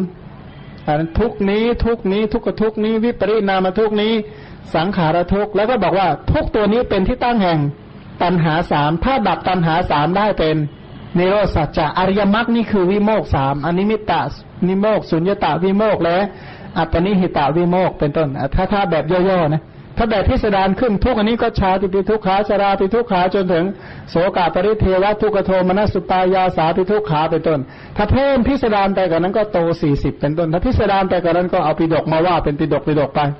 3ทุกนี้ทุกนี้ทุกขทุกนี้วิปริณามทุกนี้สังขารทุกแล้วก็บอกว่าทุกตัวนี้เป็นที่ตั้งแห่งตัณหา3ถ้าดับตัณหา3ได้เป็นนิโรธสัจจะอริยมรรคนี่คือวิโมกข์3อนิมิตตนิโมกข์สุญญตาวิโมกข์และอัปปนิหิตาวิโมกข์เป็นต้นถ้าแบบย่อๆนะถ้าแบบพิสดารขึ้นทุกอันนี้ก็ชาติปิทุกขาชราปิทุกขาจนถึงโสกปริเทวทุกขโทมนัสสุปายาสาปิทุกขาเป็นต้นถ้าเพิ่มพิสดารไปกว่านั้นก็โต40เป็นต้นถ้าพิสดารไปกว่านั้นก็เอาปิฎกมาว่าเป็นปิฎกไป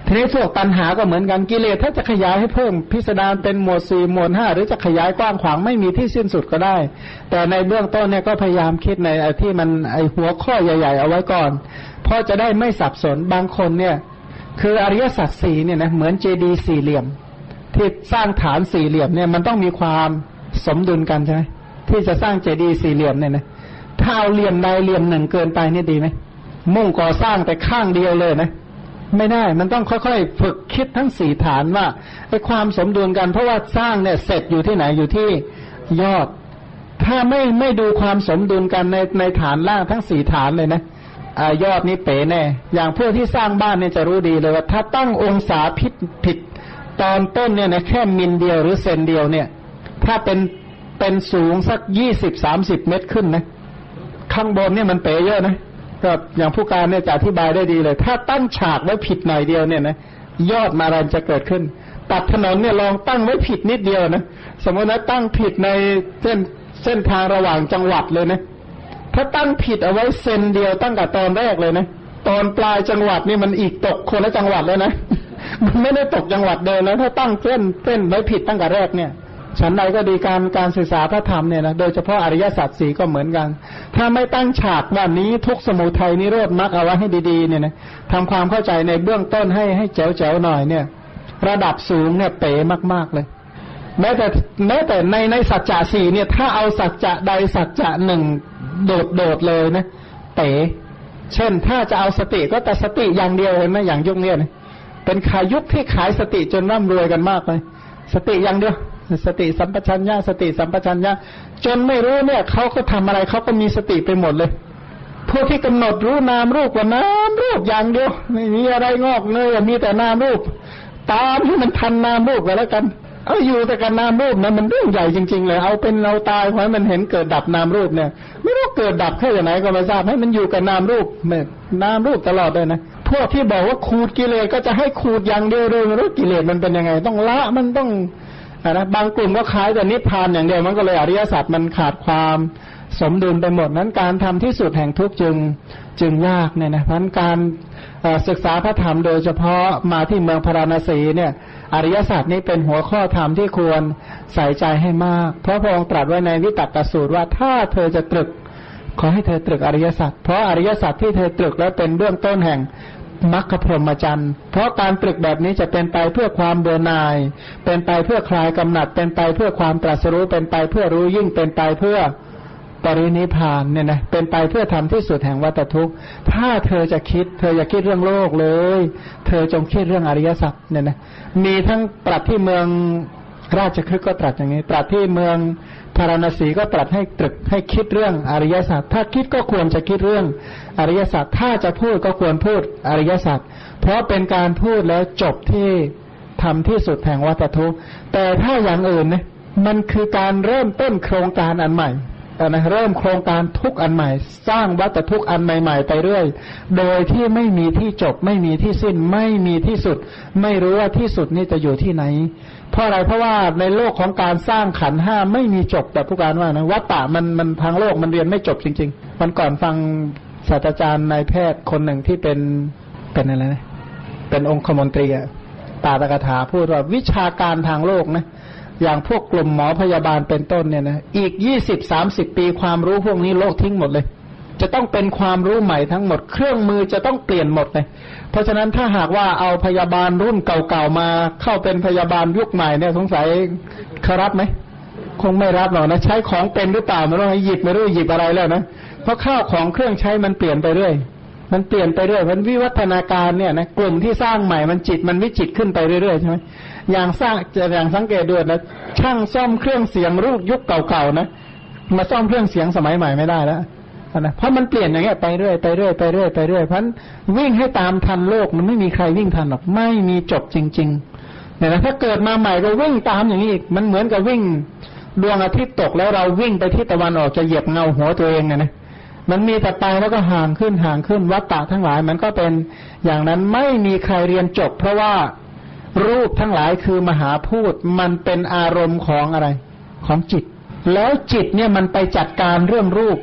ทีนี้พวกตัณหาก็เหมือนกันกิเลสถ้าจะขยายให้เพิ่มพิสดารเป็นหมวด4หมวด5หรือจะขยายกว้างขวางไม่มีที่สิ้นสุดก็ได้แต่ในเบื้องต้นเนี่ยก็พยายามคิดในที่มันหัวข้อใหญ่ๆเอาไว้ก่อนเพราะจะได้ไม่สับสนบางคนเนี่ยคืออริยสัจ4เนี่ยนะเหมือนเจดีย์สี่เหลี่ยมที่สร้างฐานสี่เหลี่ยมเนี่ยมันต้องมีความสมดุลกันใช่ไหมที่จะสร้างเจดีย์สี่เหลี่ยมเนี่ยนะถ้าเอาเหลี่ยมใดเหลี่ยมหนึ่งเกินไปนี่ดีไหมมุ่งก่อสร้างแต่ข้างเดียวเลยนะไม่ได้มันต้องค่อยๆฝึกคิดทั้งสี่ฐานว่าไอ้ความสมดุลกันเพราะว่าสร้างเนี่ยเสร็จอยู่ที่ไหนอยู่ที่ยอดถ้าไม่ดูความสมดุลกันในฐานล่างทั้งสี่ฐานเลยนะยอดนี้เป๋แน่อย่างพวกที่สร้างบ้านเนี่ยจะรู้ดีเลยว่าถ้าตั้งองศาผิดตอนต้นเนี่ยนะแค่มิลเดียวหรือเซนเดียวเนี่ยถ้าเป็นสูงสัก20-30 เมตรขึ้นนะข้างบนเนี่ยมันเป๋เยอะนะก็อย่างผู้การเนี่ยจะอธิบายได้ดีเลยถ้าตั้งฉากไว้ผิดหน่อยเดียวเนี่ยนะยอดมารันจะเกิดขึ้นตัดถนนเนี่ยลองตั้งไว้ผิดนิดเดียวนะสมมตินะตั้งผิดในเส้นทางระหว่างจังหวัดเลยนะถ้าตั้งผิดเอาไว้เซนเดียวตั้งแต่ตอนแรกเลยนะตอนปลายจังหวัดนี่มันอีกตกคนละจังหวัดแล้วนะ มันไม่ได้ตกจังหวัดเดิมแล้วถ้าตั้งเส้นไว้ผิดตั้งแต่แรกเนี่ยฉันใดก็ดีการศึกษาพระธรรมเนี่ยนะโดยเฉพาะอริยสัจสี่ก็เหมือนกันถ้าไม่ตั้งฉากว่านี้ทุกสมุทัยนิโรธมรรคเอาไว้ให้ดีๆเนี่ยนะทำความเข้าใจในเบื้องต้นให้แจ๋วๆหน่อยเนี่ยระดับสูงเนี่ยเป๋มากๆเลยแม้แต่ในสัจจะสี่เนี่ยถ้าเอาสัจจะใดสัจจะหนึ่งโดดเลยนะเป๋เช่นถ้าจะเอาสติก็แต่สติอย่างเดียวเห็นไหมอย่างยุคนี้นะเป็นขายยุคที่ขายสติจนร่ำรวยกันมากเลยสติอย่างเดียวสติสัมปชัญญะสติสัมปชัญญะจนไม่รู้เนี่ยเขาก็ทำอะไรเขาก็มีสติไปหมดเลยพวกที่กำหนดรู้นามรูปกับนามรูปอย่างเดียวไม่มีอะไรงอกเงยมีแต่นามรูปตามที่มันทันนามรูปกันแล้วกันเอาอยู่แต่กันนามรูปนะมันเรื่องใหญ่จริงๆเลยเอาเป็นเราตายเพราะมันเห็นเกิดดับนามรูปเนี่ยไม่รู้เกิดดับแค่ไหนก็ไม่ทราบให้มันอยู่กับนามรูปนามรูปตลอดเลยนะพวกที่บอกว่าขูดกิเลสก็จะให้ขูดอย่างเดียวเลยไม่รู้กิเลสมันเป็นยังไงต้องละมันต้องนะบางกลุ่มก็ขายแต่นิพพานอย่างเดียวมันก็เลยอริยสัจมันขาดความสมดุลไปหมดนั้นการทำที่สุดแห่งทุกข์จึงยากเนี่ยนะเพราะการศึกษาพระธรรมโดยเฉพาะมาที่เมืองพาราณสีเนี่ยอริยสัจนี้เป็นหัวข้อธรรมที่ควรใส่ใจให้มากเพราะพระองค์ตรัสไว้ในวิตักสูตรว่าถ้าเธอจะตรึกขอให้เธอตรึกอริยสัจเพราะอริยสัจที่เธอตรึกแล้วเป็นเบื้องต้นแห่งมรรคพรหมจรรย์เพราะการตรึกแบบนี้จะเป็นไปเพื่อความเบื่อหน่ายเป็นไปเพื่อคลายกำหนัดเป็นไปเพื่อความตรัสรู้เป็นไปเพื่อรู้ยิ่งเป็นไปเพื่อปรินิพพานเนี่ยนะเป็นไปเพื่อทำที่สุดแห่งวัฏทุกข์ถ้าเธอจะคิดเธออย่าคิดเรื่องโลกเลยเธอจงคิดเรื่องอริยสัจเนี่ยนะมีทั้งตรัสที่เมืองราชคฤห์ก็ตรัสอย่างนี้ตรัสที่เมืองพาราณสีก็ตรัสให้ตรึกให้คิดเรื่องอริยสัจถ้าคิดก็ควรจะคิดเรื่องอริยสัจถ้าจะพูดก็ควรพูดอริยสัจเพราะเป็นการพูดแล้วจบที่ทำที่สุดแห่งวัฏทุกข์แต่ถ้าอย่างอื่นเนี่ยมันคือการเริ่มต้นโครงการอันใหม่นะเริ่มโครงการทุกอันใหม่สร้างวัฏทุกข์อันใหม่ๆไปเรื่อยโดยที่ไม่มีที่จบไม่มีที่สิ้นไม่มีที่สุดไม่รู้ว่าที่สุดนี่จะอยู่ที่ไหนเพราะอะไรเพราะว่าในโลกของการสร้างขันธ์ห้าไม่มีจบแต่ผู้การว่านะวัฏฏะมันทางโลกมันเรียนไม่จบจริงๆวันก่อนฟังศาสตราจารย์นายแพทย์คนหนึ่งที่เป็นอะไรนะเป็นองคมนตรีปาฐกถาพูดว่าวิชาการทางโลกนะอย่างพวกกลุ่มหมอพยาบาลเป็นต้นเนี่ยนะอีก20-30 ปีความรู้พวกนี้โลกทิ้งหมดเลยจะต้องเป็นความรู้ใหม่ทั้งหมดเครื่องมือจะต้องเปลี่ยนหมดเลยเพราะฉะนั้นถ้าหากว่าเอาพยาบาลรุ่นเก่าๆมาเข้าเป็นพยาบาลยุคใหม่เนี่ยสงสัยเขารับไหมคงไม่รับหรอกนะใช้ของเป็นหรือเปล่าไม่รู้หยิบไม่รู้หยิบอะไรแล้วนะเพราะข้าวของเครื่องใช้มันเปลี่ยนไปเรื่อยมันเปลี่ยนไปเรื่อยมันวิวัฒนาการเนี่ยนะกลุ่มที่สร้างใหม่มันจิตมันวิจิตขึ้นไปเรื่อยๆใช่ไหมอย่างสร้างอย่างสังเกตดูนะช่างซ่อมเครื่องเสียงรูปยุคเก่าๆนะมาซ่อมเครื่องเสียงสมัยใหม่ไม่ได้แล้วนะเพราะมันเปลี่ยนอย่างเงี้ยไปเรื่อยไปเรื่อยไปเรื่อยไปเรื่อยเพราะวิ่งให้ตามทันโลกมันไม่มีใครวิ่งทันหรอกไม่มีจบจริงๆเนี่ยนะถ้าเกิดมาใหม่ก็วิ่งตามอย่างนี้อีกมันเหมือนกับวิ่งดวงอาทิตย์ตกแล้วเราวิ่งไปที่ตะวันออกจะเหยียบเงาหัวตัวเองนะมันมีแต่ไปแล้วก็ห่างขึ้นวัฏฏะทั้งหลายมันก็เป็นอย่างนั้นไม่มีใครเรียนจบเพราะว่ารูปทั้งหลายคือมหาพูดมันเป็นอารมณ์ของอะไรของจิตแล้วจิตเนี่ยมันไปจัดการเรื่องรูป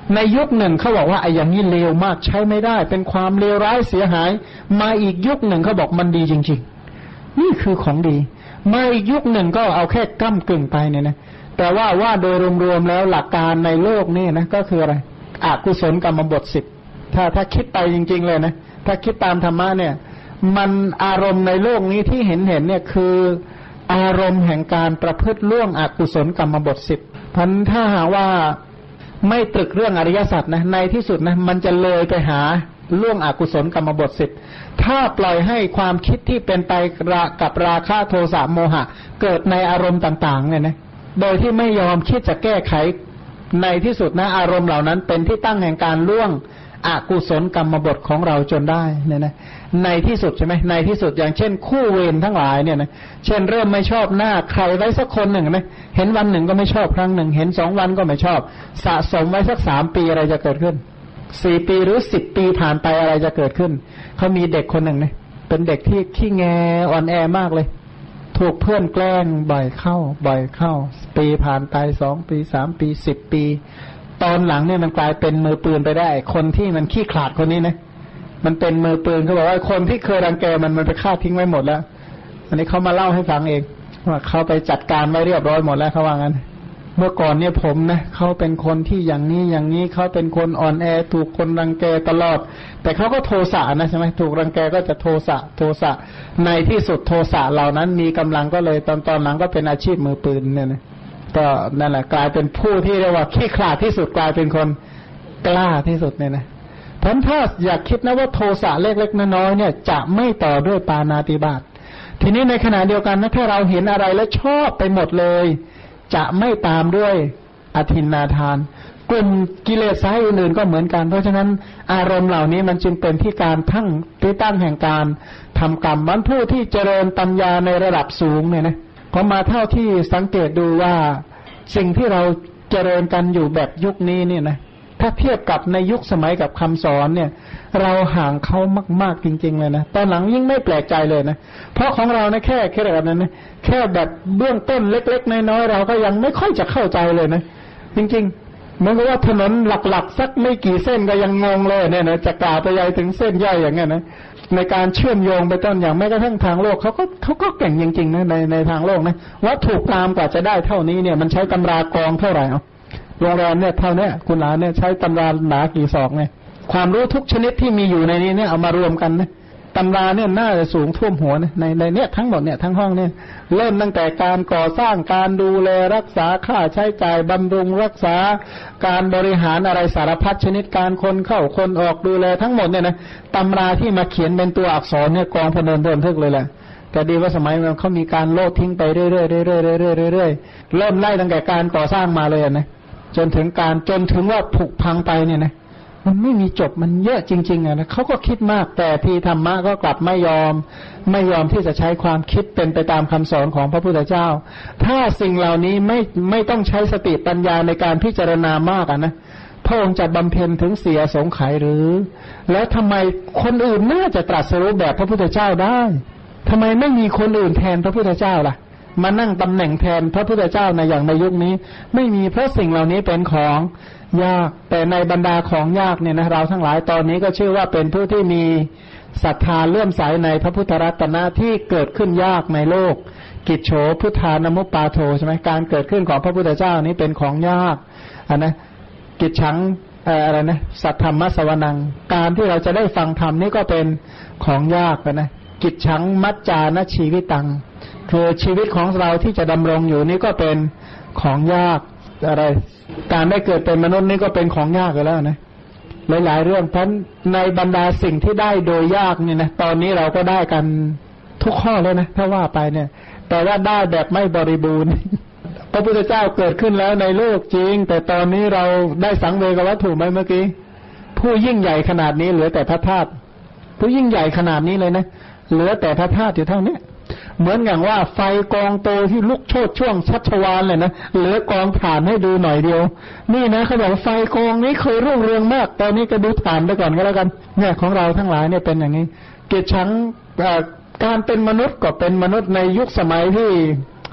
ในยุคหนึ่งเขาบอกว่าไอ้อย่างนี้เลวมากใช้ไม่ได้เป็นความเลวร้ายเสียหายมาอีกยุคหนึ่งเขาบอกมันดีจริงๆนี่คือของดีมาอีกยุคหนึ่งก็เอาแค่ก้ำกึ่งไปเนี่ยนะแต่ว่าโดยรวมๆแล้วหลักการในโลกนี่นะก็คืออะไรอกุศลกรรมบท10ถ้าคิดไปจริงๆเลยนะถ้าคิดตามธรรมะเนี่ยมันอารมณ์ในโลกนี้ที่เห็นเนี่ยคืออารมณ์แห่งการประพฤติล่วงอกุศลกรรมบท10พันถ้าหาว่าไม่ตรึกเรื่องอริยสัจนะในที่สุดนะมันจะเลยไปหาล่วงอกุศลกรรมบท10ถ้าปล่อยให้ความคิดที่เป็นไปกับราคะโทสะโมหะเกิดในอารมณ์ต่างๆเนี่ยนะโดยที่ไม่ยอมคิดจะแก้ไขในที่สุดนะอารมณ์เหล่านั้นเป็นที่ตั้งแห่งการล่วงอกุศลกรรมบทของเราจนได้เนี่ยนะในที่สุดใช่ไหมในที่สุดอย่างเช่นคู่เวรทั้งหลายเนี่ยนะเช่นเริ่มไม่ชอบหน้าใครไว้สักคนหนึ่งนะเห็นวันหนึ่งก็ไม่ชอบครั้งหนึ่งเห็น2 วันก็ไม่ชอบสะสมไว้สัก3 ปีอะไรจะเกิดขึ้น4 ปีหรือ10 ปีผ่านไปอะไรจะเกิดขึ้นเขามีเด็กคนหนึ่งนะเป็นเด็กที่ขี้แงอ่อนแอมากเลยถูกเพื่อนแกล้งบ่อยเข้าปีผ่านไป2 ปี3 ปี10 ปีตอนหลังเนี่ยมันกลายเป็นมือปืนไปได้คนที่มันขี้ขลาดคนนี้นะมันเป็นมือปืนเขาบอกว่าคนที่เคยรังแกมันไปฆ่าทิ้งไว้หมดแล้วอันนี้เขามาเล่าให้ฟังเองว่าเขาไปจัดการไว้เรียบร้อยหมดแล้วเขาว่างั้นเมื่อก่อนเนี่ยผมนะเขาเป็นคนที่อย่างนี้เขาเป็นคนอ่อนแอถูกคนรังแกตลอดแต่เขาก็โทสะนะใช่ไหมถูกรังแกก็จะโทสะในที่สุดโทสะเหล่านั้นมีกำลังก็เลยตอนหลังก็เป็นอาชีพมือปืนเนี่ยนะก็นั่นแหละกลายเป็นผู้ที่เรียกว่าขี้ขลาดที่สุดกลายเป็นคนกล้าที่สุดเนี่ยนะเพราะถ้าอยากคิดนะว่าโทสะเล็กๆน้อยๆเนี่ยจะไม่ต่อด้วยปาณาติบาตทีนี้ในขณะเดียวกันนะถ้าเราเห็นอะไรแล้วชอบไปหมดเลยจะไม่ตามด้วยอทินนาทานกลุ่มกิเลสสายอื่นๆก็เหมือนกันเพราะฉะนั้นอารมณ์เหล่านี้มันจึงเป็นที่การที่ตั้งแห่งการทำกรรมมันผู้ที่เจริญปัญญาในระดับสูงเนี่ยนะพอมาเท่าที่สังเกตดูว่าสิ่งที่เราเจริญกันอยู่แบบยุคนี้เนี่ยนะถ้าเทียบกับในยุคสมัยกับคำสอนเนี่ยเราห่างเขามากๆจริงๆเลยนะตอนหลังยิ่งไม่แปลกใจเลยนะเพราะของเรานะแค่แบบนั้นนะแค่แบบเบื้องต้นเล็กๆน้อยๆเราก็ยังไม่ค่อยจะเข้าใจเลยนะจริงๆเหมือนกับว่าถนนหลักๆสักไม่กี่เส้นก็ยังงงเลยเนี่ยนะจะกล่าวไปใหญ่ถึงเส้นย่อยอย่างเงี้ยนะในการเชื่อมโยงไปต้นอย่างแม้กระทั่งทางโลกเขาก็เก่งจริงๆนะในทางโลกนะวัตถุกรรมกว่าจะได้เท่านี้เนี่ยมันใช้ตำรากองเท่าไหร่เอาโรงแรมเนี่ยเท่านี้คุณหลานเนี่ยใช้ตำราหนากี่ศอกเนี่ยความรู้ทุกชนิดที่มีอยู่ในนี้เนี่ยเอามารวมกันนะตำราเนี่ยน่าจะสูงท่วมหัวนะในเนี่ยทั้งหมดเนี่ยทั้งห้องเนี่ยเริ่มตั้งแต่การก่อสร้างการดูแลรักษาค่าใช้จ่ายบำรุงรักษาการบริหารอะไรสารพัดชนิดการคนเข้าคนออกดูแลทั้งหมดเนี่ยนะตำราที่มาเขียนเป็นตัวอักษรเนี่ยกองพเนินเดินทึกเลยแหละแต่ดีว่าสมัยมันเขามีการโลดทิ้งไปเรื่อยๆเรื่อยๆเริ่มไล่ตั้งแต่การก่อสร้างมาเลยนะจนถึงว่าผุพังไปเนี่ยนะมันไม่มีจบมันเยอะจริงๆนะเขาก็คิดมากแต่ทีธรรมะก็กลับไม่ยอมที่จะใช้ความคิดเป็นไปตามคำสอนของพระพุทธเจ้าถ้าสิ่งเหล่านี้ไม่ต้องใช้สติปัญญาในการพิจารณามากนะพระองค์จะบำเพ็ญถึงเสียสงไขยหรือแล้วทำไมคนอื่นน่าจะตรัสรู้แบบพระพุทธเจ้าได้ทำไมไม่มีคนอื่นแทนพระพุทธเจ้าล่ะมานั่งตำแหน่งแทนพระพุทธเจ้าในอย่างในยุคนี้ไม่มีเพราะสิ่งเหล่านี้เป็นของยากแต่ในบรรดาของยากเนี่ยนะเราทั้งหลายตอนนี้ก็ชื่อว่าเป็นผู้ที่มีศรัทธาเลื่อมใสในพระพุทธรัตนะที่เกิดขึ้นยากในโลกกิจโฉพุทธานมุปปาโทใช่ไหมการเกิดขึ้นของพระพุทธเจ้านี้เป็นของยากนะกิจฉังอะไรนะสัทธรรมสวนังการที่เราจะได้ฟังธรรมนี่ก็เป็นของยากนะกิจฉังมัจจานชีวิตังคือชีวิตของเราที่จะดำรงอยู่นี่ก็เป็นของยากอะไรการได้เกิดเป็นมนุษย์นี่ก็เป็นของยากอยู่แล้วนะหลายๆเรื่องเพราะในบรรดาสิ่งที่ได้โดยยากเนี่ยนะตอนนี้เราก็ได้กันทุกข้อเลยนะถ้าว่าไปเนี่ยแต่ว่าได้แบบไม่บริบูรณ์ พระพุทธเจ้าเกิดขึ้นแล้วในโลกจริงแต่ตอนนี้เราได้สังเวชวัตถุไหมเมื่อกี้ผู้ยิ่งใหญ่ขนาดนี้เหลือแต่พระธาตุผู้ยิ่งใหญ่ขนาดนี้เลยนะเหลือแต่พระธาตุอยู่เท่านี้เหมือนอย่างว่าไฟกองโตที่ลุกโชติช่วงชัชวาลเลยนะเหลือกองถ่านให้ดูหน่อยเดียวนี่นะเขาบอกไฟกองนี้เคยรุ่งเรืองมากตอนนี้ก็ดูถ่านไปก่อนก็แล้วกันเนี่ยของเราทั้งหลายเนี่ยเป็นอย่างนี้เกียรติชั้นการเป็นมนุษย์ก็เป็นมนุษย์ในยุคสมัยที่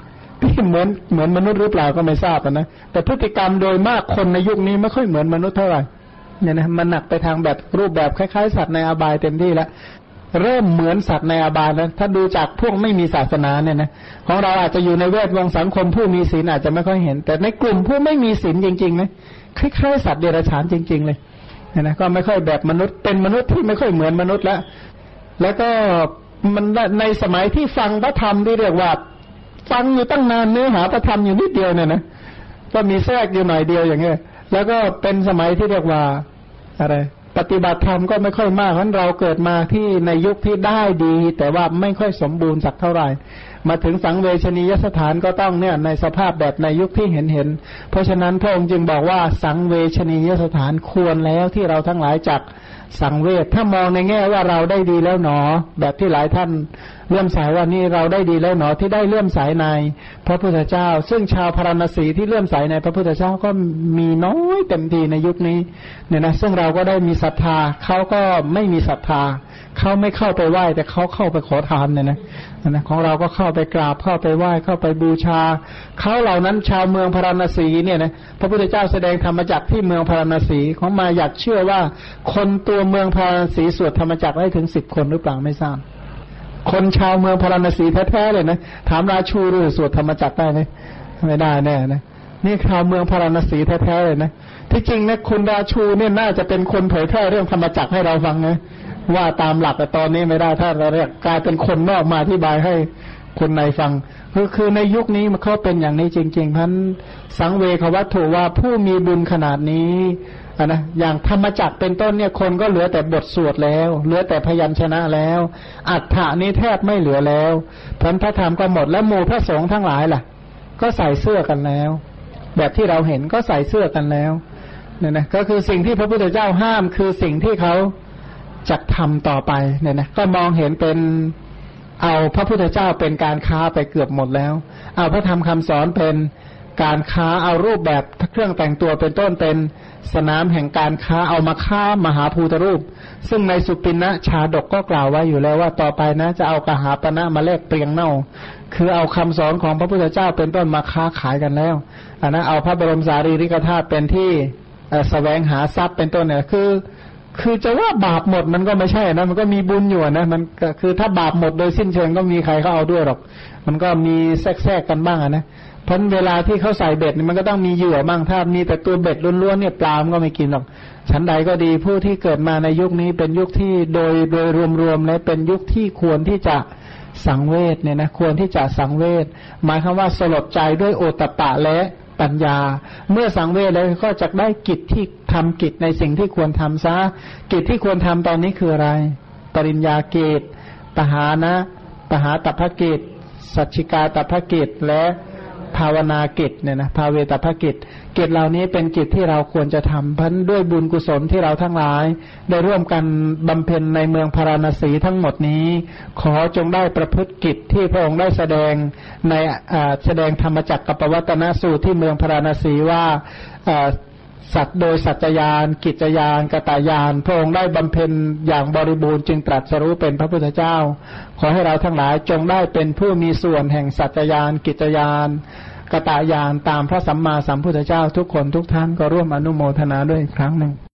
ที่เหมือนมนุษย์หรือเปล่าก็ไม่ทราบนะแต่พฤติกรรมโดยมากคนในยุคนี้ไม่ค่อยเหมือนมนุษย์เท่าไหร่เนี่ยนะมันหนักไปทางแบบรูปแบบคล้ายๆสัตว์ในอบายเต็มที่แล้วเริ่มเหมือนสัตว์ในอบายแล้วถ้าดูจากพวกไม่มีศาสนาเนี่ยนะของเราอาจจะอยู่ในแวดวงสังคมผู้มีศีลอาจจะไม่ค่อยเห็นแต่ในกลุ่มผู้ไม่มีศีลจริงๆนะคล้ายๆสัตว์เดรัจฉานจริงๆเลยนะก็ไม่ค่อยแบบมนุษย์เป็นมนุษย์ที่ไม่ค่อยเหมือนมนุษย์แล้วก็มันในสมัยที่ฟังพระธรรมที่เรียกว่าฟังอยู่ตั้งนานเนื้อหาพระธรรมอยู่นิดเดียวเนี่ยนะก็มีแทรกอยู่หน่อยเดียวอย่างเงี้ยแล้วก็เป็นสมัยที่เรียกว่าอะไรปฏิบัติธรรมก็ไม่ค่อยมากเพราะเราเกิดมาที่ในยุคที่ได้ดีแต่ว่าไม่ค่อยสมบูรณ์สักเท่าไหร่มาถึงสังเวชนียสถานก็ต้องเนี่ยในสภาพแบบในยุคที่เห็นเพราะฉะนั้นพระองค์จึงบอกว่าสังเวชนียสถานควรแล้วที่เราทั้งหลายจักสังเวชถ้ามองในแง่ว่าเราได้ดีแล้วหนอแบบที่หลายท่านเลื่อมใสว่านี่เราได้ดีแล้วหนอที่ได้เลื่อมใสในพระพุทธเจ้าซึ่งชาวพาราณสีที่เลื่อมใสในพระพุทธเจ้าก็มีน้อยเต็มทีในยุคนี้เนี่ยนะซึ่งเราก็ได้มีศรัทธาเขาก็ไม่มีศรัทธาเขาไม่เข้าไปไหว้แต่เขาเข้าไปขอทานเนี่ยนะของเราก็เข้าไปกราบเข้าไปไหว้เข้าไปบูชาเขาเหล่านั้นชาวเมืองพาราณสีเนี่ยนะพระพุทธเจ้าแสดงธรรมจักรที่เมืองพาราณสีของมาอยากเชื่อว่าคนตัวเมืองพาราณสีสวดธรรมจักรได้ถึง10 คนหรือเปล่าไม่ทราบคนชาวเมืองพาราณสีแท้ๆเลยนะถามราชูรู้สวดธรรมจักรได้ไหมไม่ได้แน่นะนี่ชาวเมืองพาราณสีแท้ๆเลยนะที่จริงนะคุณราชูเนี่ยน่าจะเป็นคนเผยแพร่เรื่องธรรมจักรให้เราฟังนะว่าตามหลักแต่ตอนนี้ไม่ได้ถ้าเราเรียกกลายเป็นคนนอกมาอธิบายให้คนในฟังคือในยุคนี้มันเขาเป็นอย่างนี้จริงๆเพราะสังเวชวัตถุว่าผู้มีบุญขนาดนี้นะอย่างธรรมจักรเป็นต้นเนี่ยคนก็เหลือแต่บทสวดแล้วเหลือแต่พยัญชนะแล้วอัฏฐานี้แทบไม่เหลือแล้วพระธรรมก็หมดแล้วหมู่พระสงฆ์ทั้งหลายล่ะก็ใส่เสื้อกันแล้วแบบที่เราเห็นก็ใส่เสื้อกันแล้วเนี่ยนะก็คือสิ่งที่พระพุทธเจ้าห้ามคือสิ่งที่เขาจักทำต่อไปเนี่ยนะก็มองเห็นเป็นเอาพระพุทธเจ้าเป็นการค้าไปเกือบหมดแล้วเอาพระธรรมคำสอนเป็นการค้าเอารูปแบบเครื่องแต่งตัวเป็นต้นเป็นสนามแห่งการค้าเอามาค้ามหาภูตรูปซึ่งในสุปินะชาดกก็กล่าวไว้อยู่แล้วว่าต่อไปนะจะเอากหาปณะมาแลกเปลียงเน่าคือเอาคำสอนของพระพุทธเจ้าเป็นต้นมาค้าขายกันแล้วเอาพระบรมสารีริกธาตุเป็นที่แสวงหาทรัพย์เป็นต้นเนี่ยคือจะว่าบาปหมดมันก็ไม่ใช่นะมันก็มีบุญอยู่นะมันก็คือถ้าบาปหมดโดยสิ้นเชิงก็มีใครเขาเอาด้วยหรอกมันก็มีแทรกกันบ้างนะเพราะเวลาที่เขาใส่เบ็ดมันก็ต้องมีเหยื่อบ้างถ้ามีแต่ตัวเบ็ดล้วนๆเนี่ยปลามันก็ไม่กินหรอกฉันใดก็ดีผู้ที่เกิดมาในยุคนี้เป็นยุคที่โดยรวมๆแล้วเป็นยุคที่ควรที่จะสังเวชเนี่ยนะควรที่จะสังเวชหมายความว่าสลดใจด้วยโอตตัปปะและปัญญาเมื่อสังเวชแล้วก็จะได้กิจที่ทำกิจในสิ่งที่ควรทำซะกิจที่ควรทำตอนนี้คืออะไรปริญญากิจปหานะปหาตัพพกิจสัจฉิกาตัพพกิจและภาวนากิจเนี่ยนะภาเวตัพพกิจกิจเหล่านี้เป็นกิจที่เราควรจะทำเพราะด้วยบุญกุศลที่เราทั้งหลายได้ร่วมกันบำเพ็ญในเมืองพาราณสีทั้งหมดนี้ขอจงได้ประพฤติกิจที่พระองค์ได้แสดงในแสดงธรรมจักรกัปปวัตตนสูตรที่เมืองพาราณสีว่าสัตว์โดยสัจจญาณกิจญาณกตญาณพระองค์ได้บำเพ็ญอย่างบริบูรณ์จึงตรัสรู้เป็นพระพุทธเจ้าขอให้เราทั้งหลายจงได้เป็นผู้มีส่วนแห่งสัจจญาณกิจญาณกตญาณตามพระสัมมาสัมพุทธเจ้าทุกคนทุกท่านก็ร่วมอนุโมทนาด้วยอีกครั้งหนึ่ง